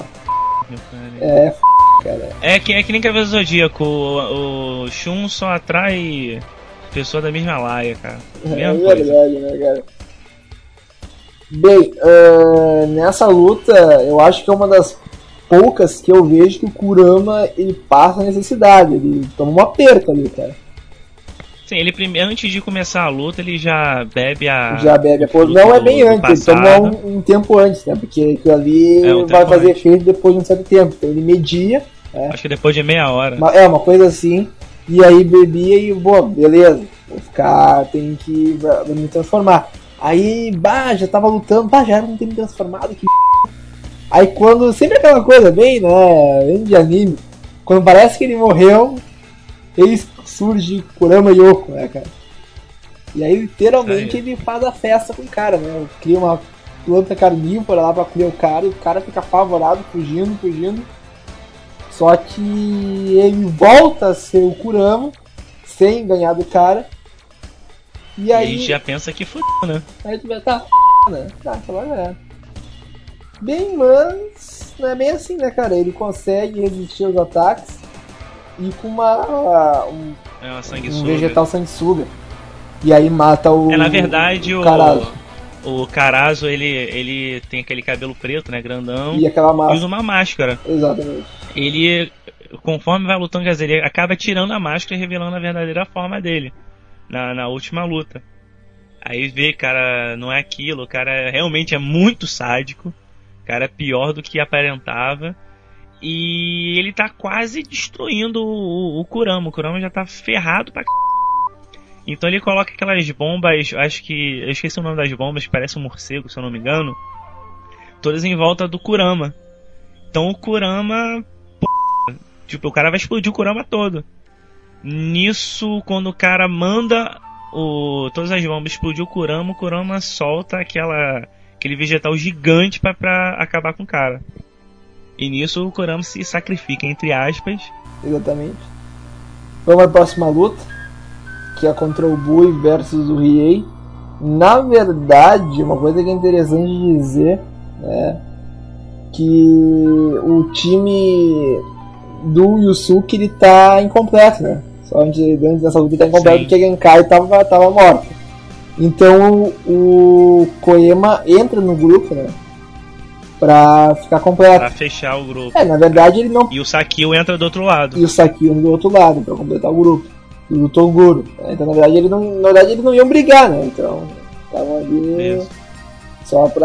Cara. É que nem Cavaleiro do Zodíaco, o Shun só atrai pessoa da mesma laia, cara. É verdade, né, cara? Bem, nessa luta, eu acho que é uma das poucas que eu vejo que o Kurama, ele passa necessidade, ele toma uma perca ali, cara. Sim, ele primeiro, antes de começar a luta, ele já bebe a... Não é bem antes, ele toma um tempo antes, né? Porque aquilo ali vai fazer efeito depois de um certo tempo. Então ele media... Acho que depois de meia hora. Uma coisa assim. E aí bebia e, beleza. Vou ficar... Tem que me transformar. Aí, já tava lutando. Já era um tempo transformado. Que aí quando... Sempre aquela coisa bem, né? Bem de anime. Quando parece que ele morreu... Eles surge Kurama Yoko, né, cara? E aí, literalmente, ele faz a festa com o cara, né? Cria uma planta carnívora lá pra comer o cara, e o cara fica apavorado, fugindo. Só que ele volta a ser o Kurama, sem ganhar do cara. E aí... a gente já pensa que fudeu, né? Aí tu vai né? Agora bem, mas não é bem assim, né, cara? Ele consegue resistir aos ataques. E com um vegetal sanguessuga. E aí mata o... na verdade, Karasu. O Karasu, ele tem aquele cabelo preto, né, grandão. E aquela máscara. E usa uma máscara. Exatamente. Ele, conforme vai lutando, quer dizer, ele acaba tirando a máscara e revelando a verdadeira forma dele. Na última luta. Aí vê, cara, não é aquilo. O cara realmente é muito sádico. O cara é pior do que aparentava. E ele tá quase destruindo o Kurama. O Kurama já tá ferrado pra Então ele coloca aquelas bombas, acho que... Eu esqueci o nome das bombas, que parece um morcego, se eu não me engano. Todas em volta do Kurama. Então o Kurama... Tipo, o cara vai explodir o Kurama todo. Nisso, quando o cara manda todas as bombas explodir o Kurama solta aquele vegetal gigante pra acabar com o cara. E nisso o Kurama se sacrifica, entre aspas. Exatamente. Vamos à próxima luta, que é contra o Bui versus o Riei. Na verdade, uma coisa que é interessante de dizer, né, que o time do Yusuke ele tá incompleto, né? Só antes dessa luta ele tá incompleto. Sim. Porque a Genkai tava morta. Então o Koema entra no grupo, né? Pra ficar completo. Pra fechar o grupo. Na verdade ele não... E o Sakio entra do outro lado. E o Sakio do outro lado, pra completar o grupo. E o Toguro. Então na verdade eles não iam brigar, né? Então estavam ali... Isso. Só pra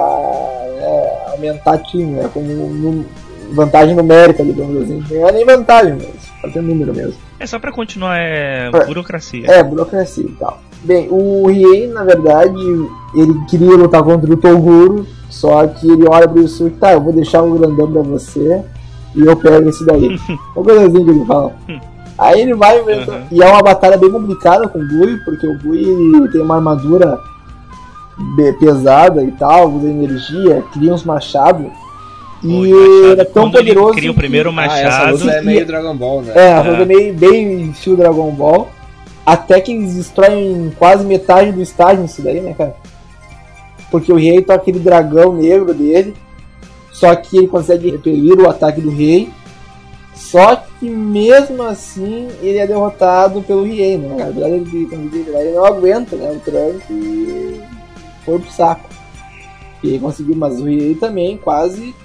aumentar time, né? Como vantagem numérica, digamos assim. Não é nem vantagem, mas pra ter número mesmo. É só pra continuar, burocracia. Burocracia e tal. Bem, o Riei, na verdade, ele queria lutar contra o Toguro, só que ele olha pro Yusuke, tá, eu vou deixar o grandão pra você e eu pego esse daí. Uma coisa assim que ele fala. Aí ele vai mesmo, e é uma batalha bem complicada com o Bui, porque o Bui tem uma armadura pesada e tal, usa energia, cria uns machados. E ele é tão poderoso. Ele cria o primeiro machado. Essa luta é meio Dragon Ball, né? A luta é meio bem estilo Dragon Ball. Até que eles destroem quase metade do estágio nisso daí, né, cara? Porque o Rei toca aquele dragão negro dele. Só que ele consegue repelir o ataque do Rei. Só que mesmo assim ele é derrotado pelo Rei, né? Na verdade ele não aguenta, né, o tranco e foi pro saco. E ele conseguiu, mas o Rei também quase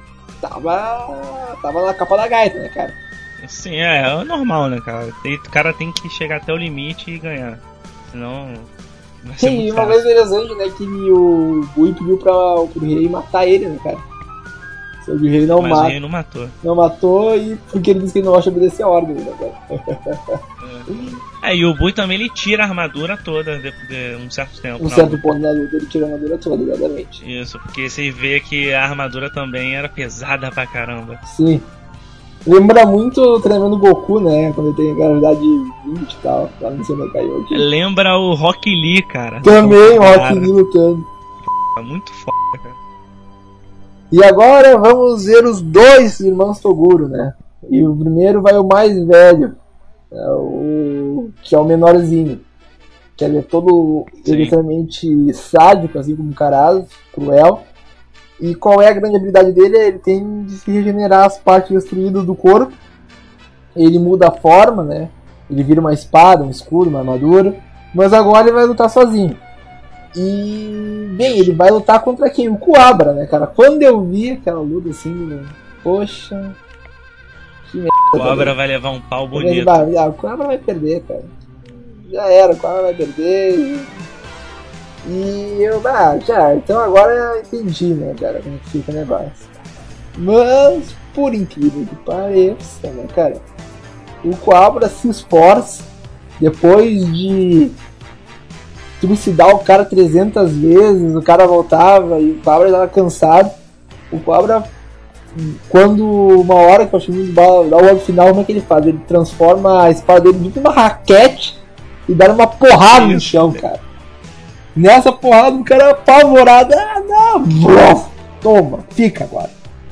tava na capa da gaita, né, cara? Sim, é normal, né, cara? O cara tem que chegar até o limite e ganhar. Senão. Sim, uma coisa interessante, né? Que o Bui pediu pro Rei matar ele, né, cara? Só que o Rei não mata. Mas o Rei não matou. Não matou e porque ele disse que ele não gosta de obedecer a ordem, né, cara? E o Bui também ele tira a armadura toda de um certo tempo. Um certo ponto da luta ele tira a armadura toda, exatamente. Isso, porque você vê que a armadura também era pesada pra caramba. Sim. Lembra muito o treinamento do Goku, né? Quando ele tem gravidade 20 e tal, lá no cima caiu aqui. Lembra o Rock Lee, cara. Também o Rock Lee lutando. Muito foda, cara. E agora vamos ver os dois irmãos Toguro, né? E o primeiro vai o mais velho, que é o menorzinho. Que ele é todo extremamente sádico, assim como um Karasu, cruel. E qual é a grande habilidade dele? Ele tem de se regenerar as partes destruídas do corpo. Ele muda a forma, né? Ele vira uma espada, um escudo, uma armadura. Mas agora ele vai lutar sozinho. E, bem, ele vai lutar contra quem? O Kuwabara, né, cara? Quando eu vi aquela luta assim, poxa... Que merda. O Kuwabara vai levar um pau bonito. O Kuwabara vai perder, cara. Já era, o Kuwabara vai perder... E eu, então agora eu entendi, né, cara, como que fica o negócio. Mas, por incrível que pareça, né, cara, o Kuwabara se esforça, depois de trucidar o cara 300 vezes, o cara voltava e o Kuwabara estava cansado. O Kuwabara, quando uma hora que o Shimizu dá o golpe final, como é que ele faz? Ele transforma a espada dele em uma raquete e dá uma porrada no chão, cara. Nessa porrada, o cara apavorado. Não! Toma, fica agora.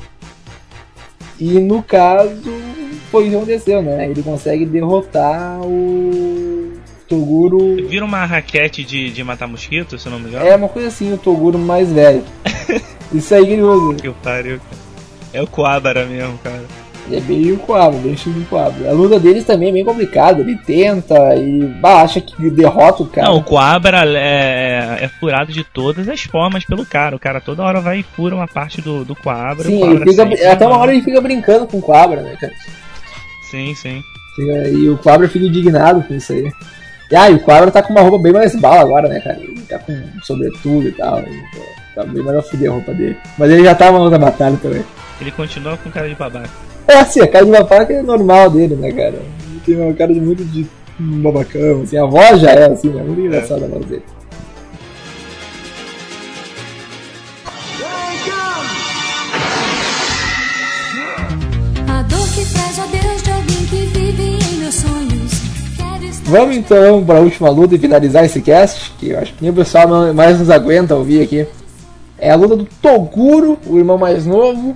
E no caso, foi isso que aconteceu, né? Ele consegue derrotar o Toguro. Vira uma raquete de matar mosquito, se eu não me engano? É uma coisa assim, o Toguro mais velho. Isso aí que ele usa. Que pariu, cara. É o Kuwabara mesmo, cara. É bem o Kuwabara, bem estilo do Kuwabara. A luta deles também é bem complicada. Ele tenta e acha que derrota o cara. Não, o Kuwabara é furado de todas as formas pelo cara. O cara toda hora vai e fura uma parte do Kuwabara. Sim, ele fica, até uma hora ele fica brincando com o Kuwabara, né, cara? Sim, sim. E o Kuwabara fica indignado com isso aí. E o Kuwabara tá com uma roupa bem mais bala agora, né, cara? Ele tá com sobretudo e tal. Tá bem mais a fuder a roupa dele. Mas ele já tava na batalha também. Ele continua com cara de babaca. Assim, a cara de babaca é normal dele, né, cara? Ele tem uma cara de muito de um babacão, assim, a voz já é assim, né? Muito engraçada a voz dele. A dor que traz a Deus de alguém que vive em meus sonhos. Vamos então para a última luta e finalizar esse cast, que eu acho que nem o pessoal mais nos aguenta ouvir aqui. É a luta do Toguro, o irmão mais novo,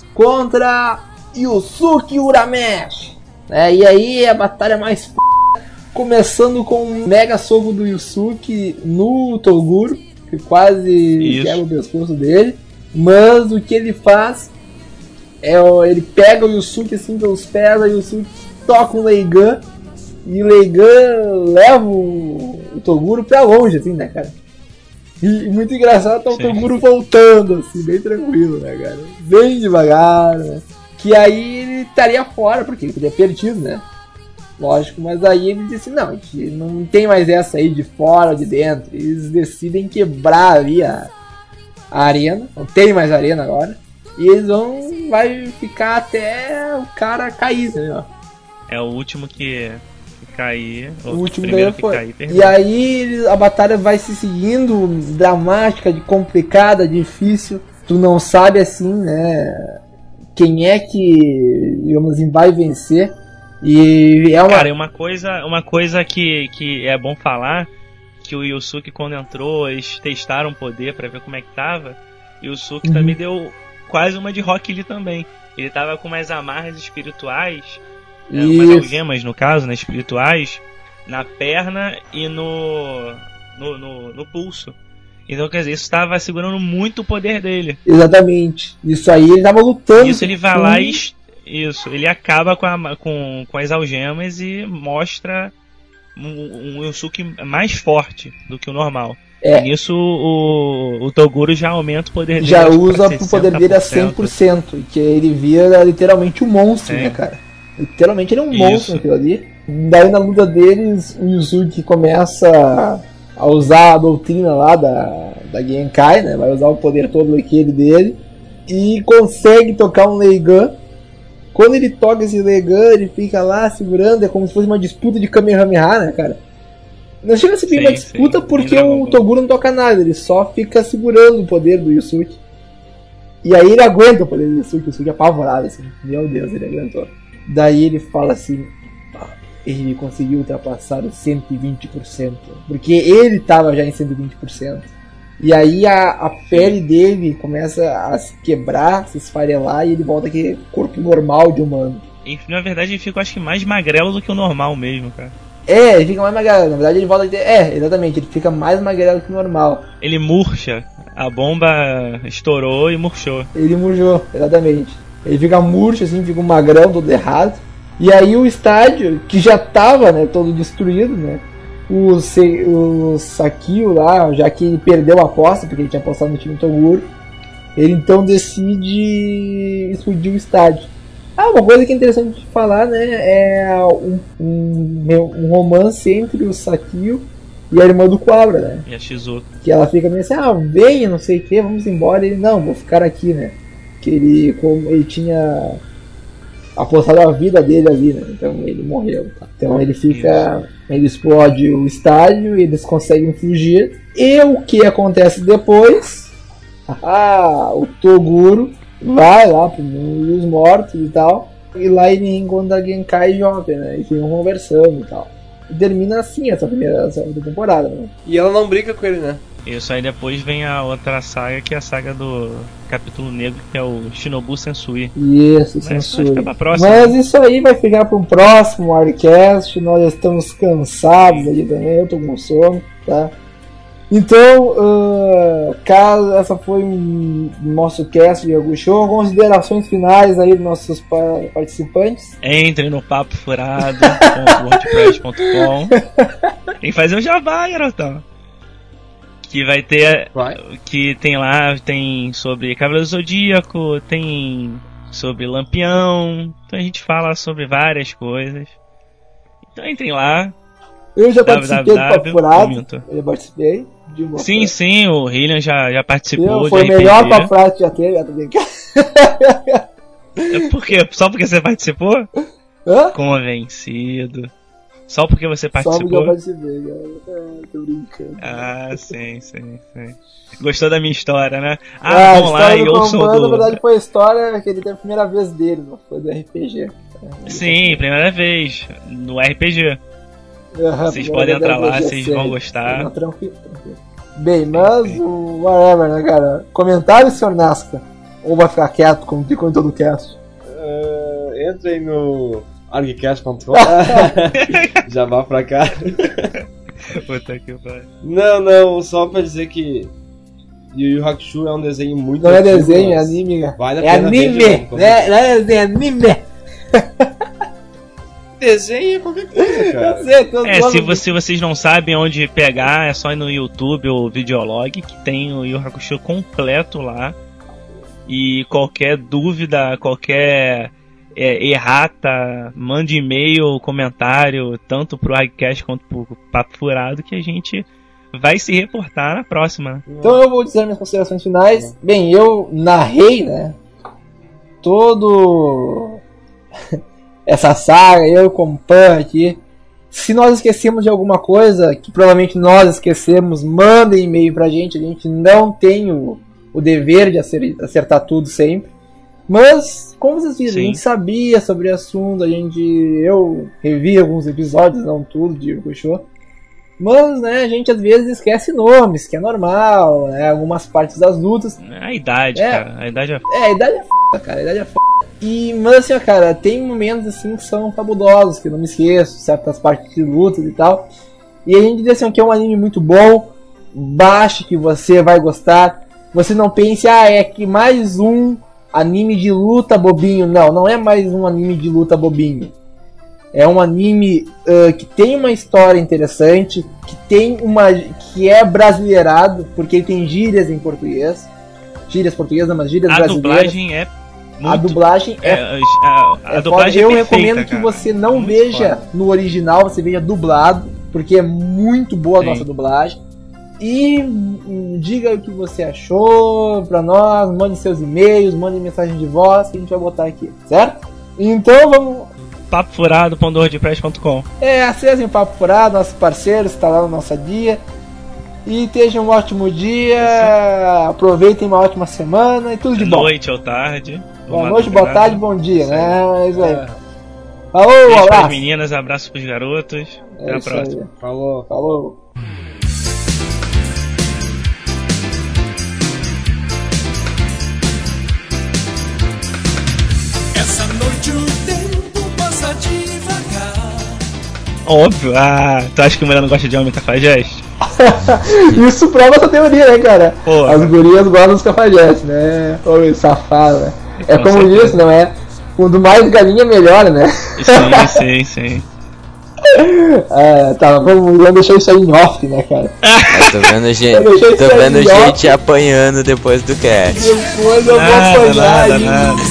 contra Yusuke Urameshi. E aí a batalha mais f... começando com um mega soco do Yusuke no Toguro, que quase quebra o pescoço dele. Mas o que ele faz é ele pega o Yusuke assim pelos pés, aí o Yusuke toca um Leigan e o Leigan leva o Toguro pra longe, assim, né, cara? E muito engraçado tá o Toguro voltando, assim, bem tranquilo, né, cara? Bem devagar, né? Que aí ele estaria fora, porque ele teria perdido, né? Lógico, mas aí ele disse, não, a gente não tem mais essa aí de fora ou de dentro. Eles decidem quebrar ali a arena, não tem mais arena agora. E eles vai ficar até o cara cair, né? É o último que cair, o último primeiro que foi. Cair, e aí a batalha vai se seguindo, dramática, complicada, difícil. Tu não sabe assim, né? Quem é que, digamos assim, vai vencer. E é uma... Cara, uma coisa que é bom falar, que o Yusuke quando entrou, eles testaram o poder pra ver como é que tava, e o Yusuke também deu quase uma de Rock Lee também. Ele tava com umas amarras espirituais, umas algemas no caso, né, espirituais, na perna e no pulso. Então, quer dizer, isso estava segurando muito o poder dele. Exatamente. Isso aí ele tava lutando. Isso ele vai lá e... ele acaba com as algemas e mostra um Yusuke mais forte do que o normal. E nisso o Toguro já aumenta o poder dele. Já usa o poder dele a 100%. Que ele vira literalmente um monstro, né, cara? Literalmente ele é um monstro naquilo ali. Daí na luta deles, o Yusuke começa a usar a doutrina lá da Genkai, né? Vai usar o poder todo aquele dele. E consegue tocar um Leigan. Quando ele toca esse Leigan, ele fica lá segurando, é como se fosse uma disputa de Kamehameha, né, cara? Não chega a ser bem uma disputa porque o Toguro não toca nada, ele só fica segurando o poder do Yusuke. E aí ele aguenta o poder do Yusuke, o Yusuke é apavorado, assim, meu Deus, ele aguentou. Daí ele fala assim, ele conseguiu ultrapassar os 120%, porque ele tava já em 120%. E aí a pele dele começa a se quebrar, se esfarelar, e ele volta aquele corpo normal de humano. E, na verdade ele fica, acho que, mais magrelo do que o normal mesmo, cara. Ele fica mais magrelo, na verdade ele volta a ter... exatamente, ele fica mais magrelo que o normal. Ele murcha, a bomba estourou e murchou. Ele murchou, exatamente. Ele fica murcho, assim, fica um magrão todo errado. E aí o estádio, que já tava, né, todo destruído, né, o Sakio lá, já que ele perdeu a aposta, porque ele tinha apostado no time Toguro, ele então decide explodir o estádio. Uma coisa que é interessante de falar, né, é um romance entre o Sakio e a irmã do Cobra, né? E a Shizuka. Que ela fica meio assim, venha, não sei o que, vamos embora. Ele, não, vou ficar aqui, né? Que ele tinha apostado a vida dele ali, né? Então ele morreu. Tá? Então ele fica... Ele explode o estádio, eles conseguem fugir. E o que acontece depois? O Toguro vai lá pro mundo dos mortos e tal. E lá ele encontra a Genkai jovem, né? E ficam conversando e tal. E termina assim essa primeira temporada, né? E ela não briga com ele, né? Isso, aí depois vem a outra saga, que é a saga do capítulo negro, que é o Shinobu Sensui. Isso, Sensui. Mas isso aí vai ficar para um próximo Arcast. Nós já estamos cansados ali também, eu tô com sono, tá? Então, caso essa foi o nosso cast de Yakusho, considerações finais aí dos nossos participantes. Entre no papofurado.wordpress.com. Tem que fazer um jabá, garotão. Que vai ter. Que tem lá, tem sobre Cavaleiro do Zodíaco, tem sobre Lampião. Então a gente fala sobre várias coisas. Então entrem lá. Eu já participei do Papo Furado. Eu já participei. Sim, o Hillian já participou. Foi o melhor Papo Furado que já teve, já tô brincando. Por quê? Só porque você participou? Hã? Convencido. Só porque você participou? Só porque eu participei, cara. Tô brincando. Ah, sim. Gostou da minha história, né? Vamos lá e ouçam Na verdade foi a história que ele teve a primeira vez dele, não foi do RPG. Sim, primeira vez no RPG. Vocês podem entrar lá, vocês vão gostar. Não, tranquilo. Bem, mas o whatever, né, cara? Comentário, senhor Nasca? Ou vai ficar quieto, como ficou em todo o cast? Entra aí no argcast.com. Já vá pra cá. Puta que pariu. Não, só pra dizer que Yu Yu Hakusho é um desenho muito... Não é desenho, é anime, cara. Vale a é pena anime! Não é desenho, é anime! Desenho é qualquer coisa, cara. Se vocês não sabem onde pegar, é só ir no YouTube ou Videolog, que tem o Yu Yu Hakusho completo lá. E qualquer dúvida, qualquer errata, mande e-mail, comentário, tanto pro Hagcast quanto pro Papo Furado, que a gente vai se reportar na próxima. Então eu vou dizer minhas considerações finais. Bem, eu narrei, né, todo essa saga, eu como Pan aqui. Se nós esquecemos de alguma coisa, que provavelmente nós esquecemos, mandem e-mail pra gente. A gente não tem o dever de acertar tudo sempre. Mas, como vocês viram, a gente sabia sobre o assunto, eu revi alguns episódios, não tudo, de Yu Yu Hakusho. Mas, né, a gente às vezes esquece nomes, que é normal, né, algumas partes das lutas. A idade, cara, a idade é a idade é foda, cara, a idade é foda. Mas assim, cara, tem momentos assim que são fabulosos, que eu não me esqueço, certas partes de lutas e tal. E a gente diz assim, que é um anime muito bom, baixe que você vai gostar. Você não pense, é que mais um anime de luta bobinho. Não é mais um anime de luta bobinho. É um anime que tem uma história interessante, que é brasileirado, porque ele tem gírias em português. Gírias portuguesas, mas gírias brasileiras. A dublagem é a dublagem eu perfeita, recomendo que cara. você não Muito veja foda. no original, você veja dublado, porque é muito boa a nossa dublagem. E diga o que você achou pra nós, mande seus e-mails, mande mensagem de voz que a gente vai botar aqui, certo? Então vamos... papofurado.wordpress.com. Acessem o Papo Furado, nossos parceiros, está lá no nosso dia. E tenham um ótimo dia, aproveitem uma ótima semana e tudo de bom. Boa noite ou tarde. Boa noite, boa tarde, bom dia, né? É isso aí. Falou, abraço pras meninas, abraço pros garotos. Até a próxima. Aí. Falou. Essa noite o tempo passa devagar. Óbvio. Tu acha que mulher não gosta de homem cafajeste? Isso prova essa teoria, né, cara? Pô, as gurias gostam dos cafajestes, né? Ô, safado, né? É como isso, não é? Quanto mais galinha, melhor, né? Sim. Tá, vamos deixar isso aí em off, né, cara? Tô vendo gente apanhando depois do cast. Depois eu vou apanhar. Nada.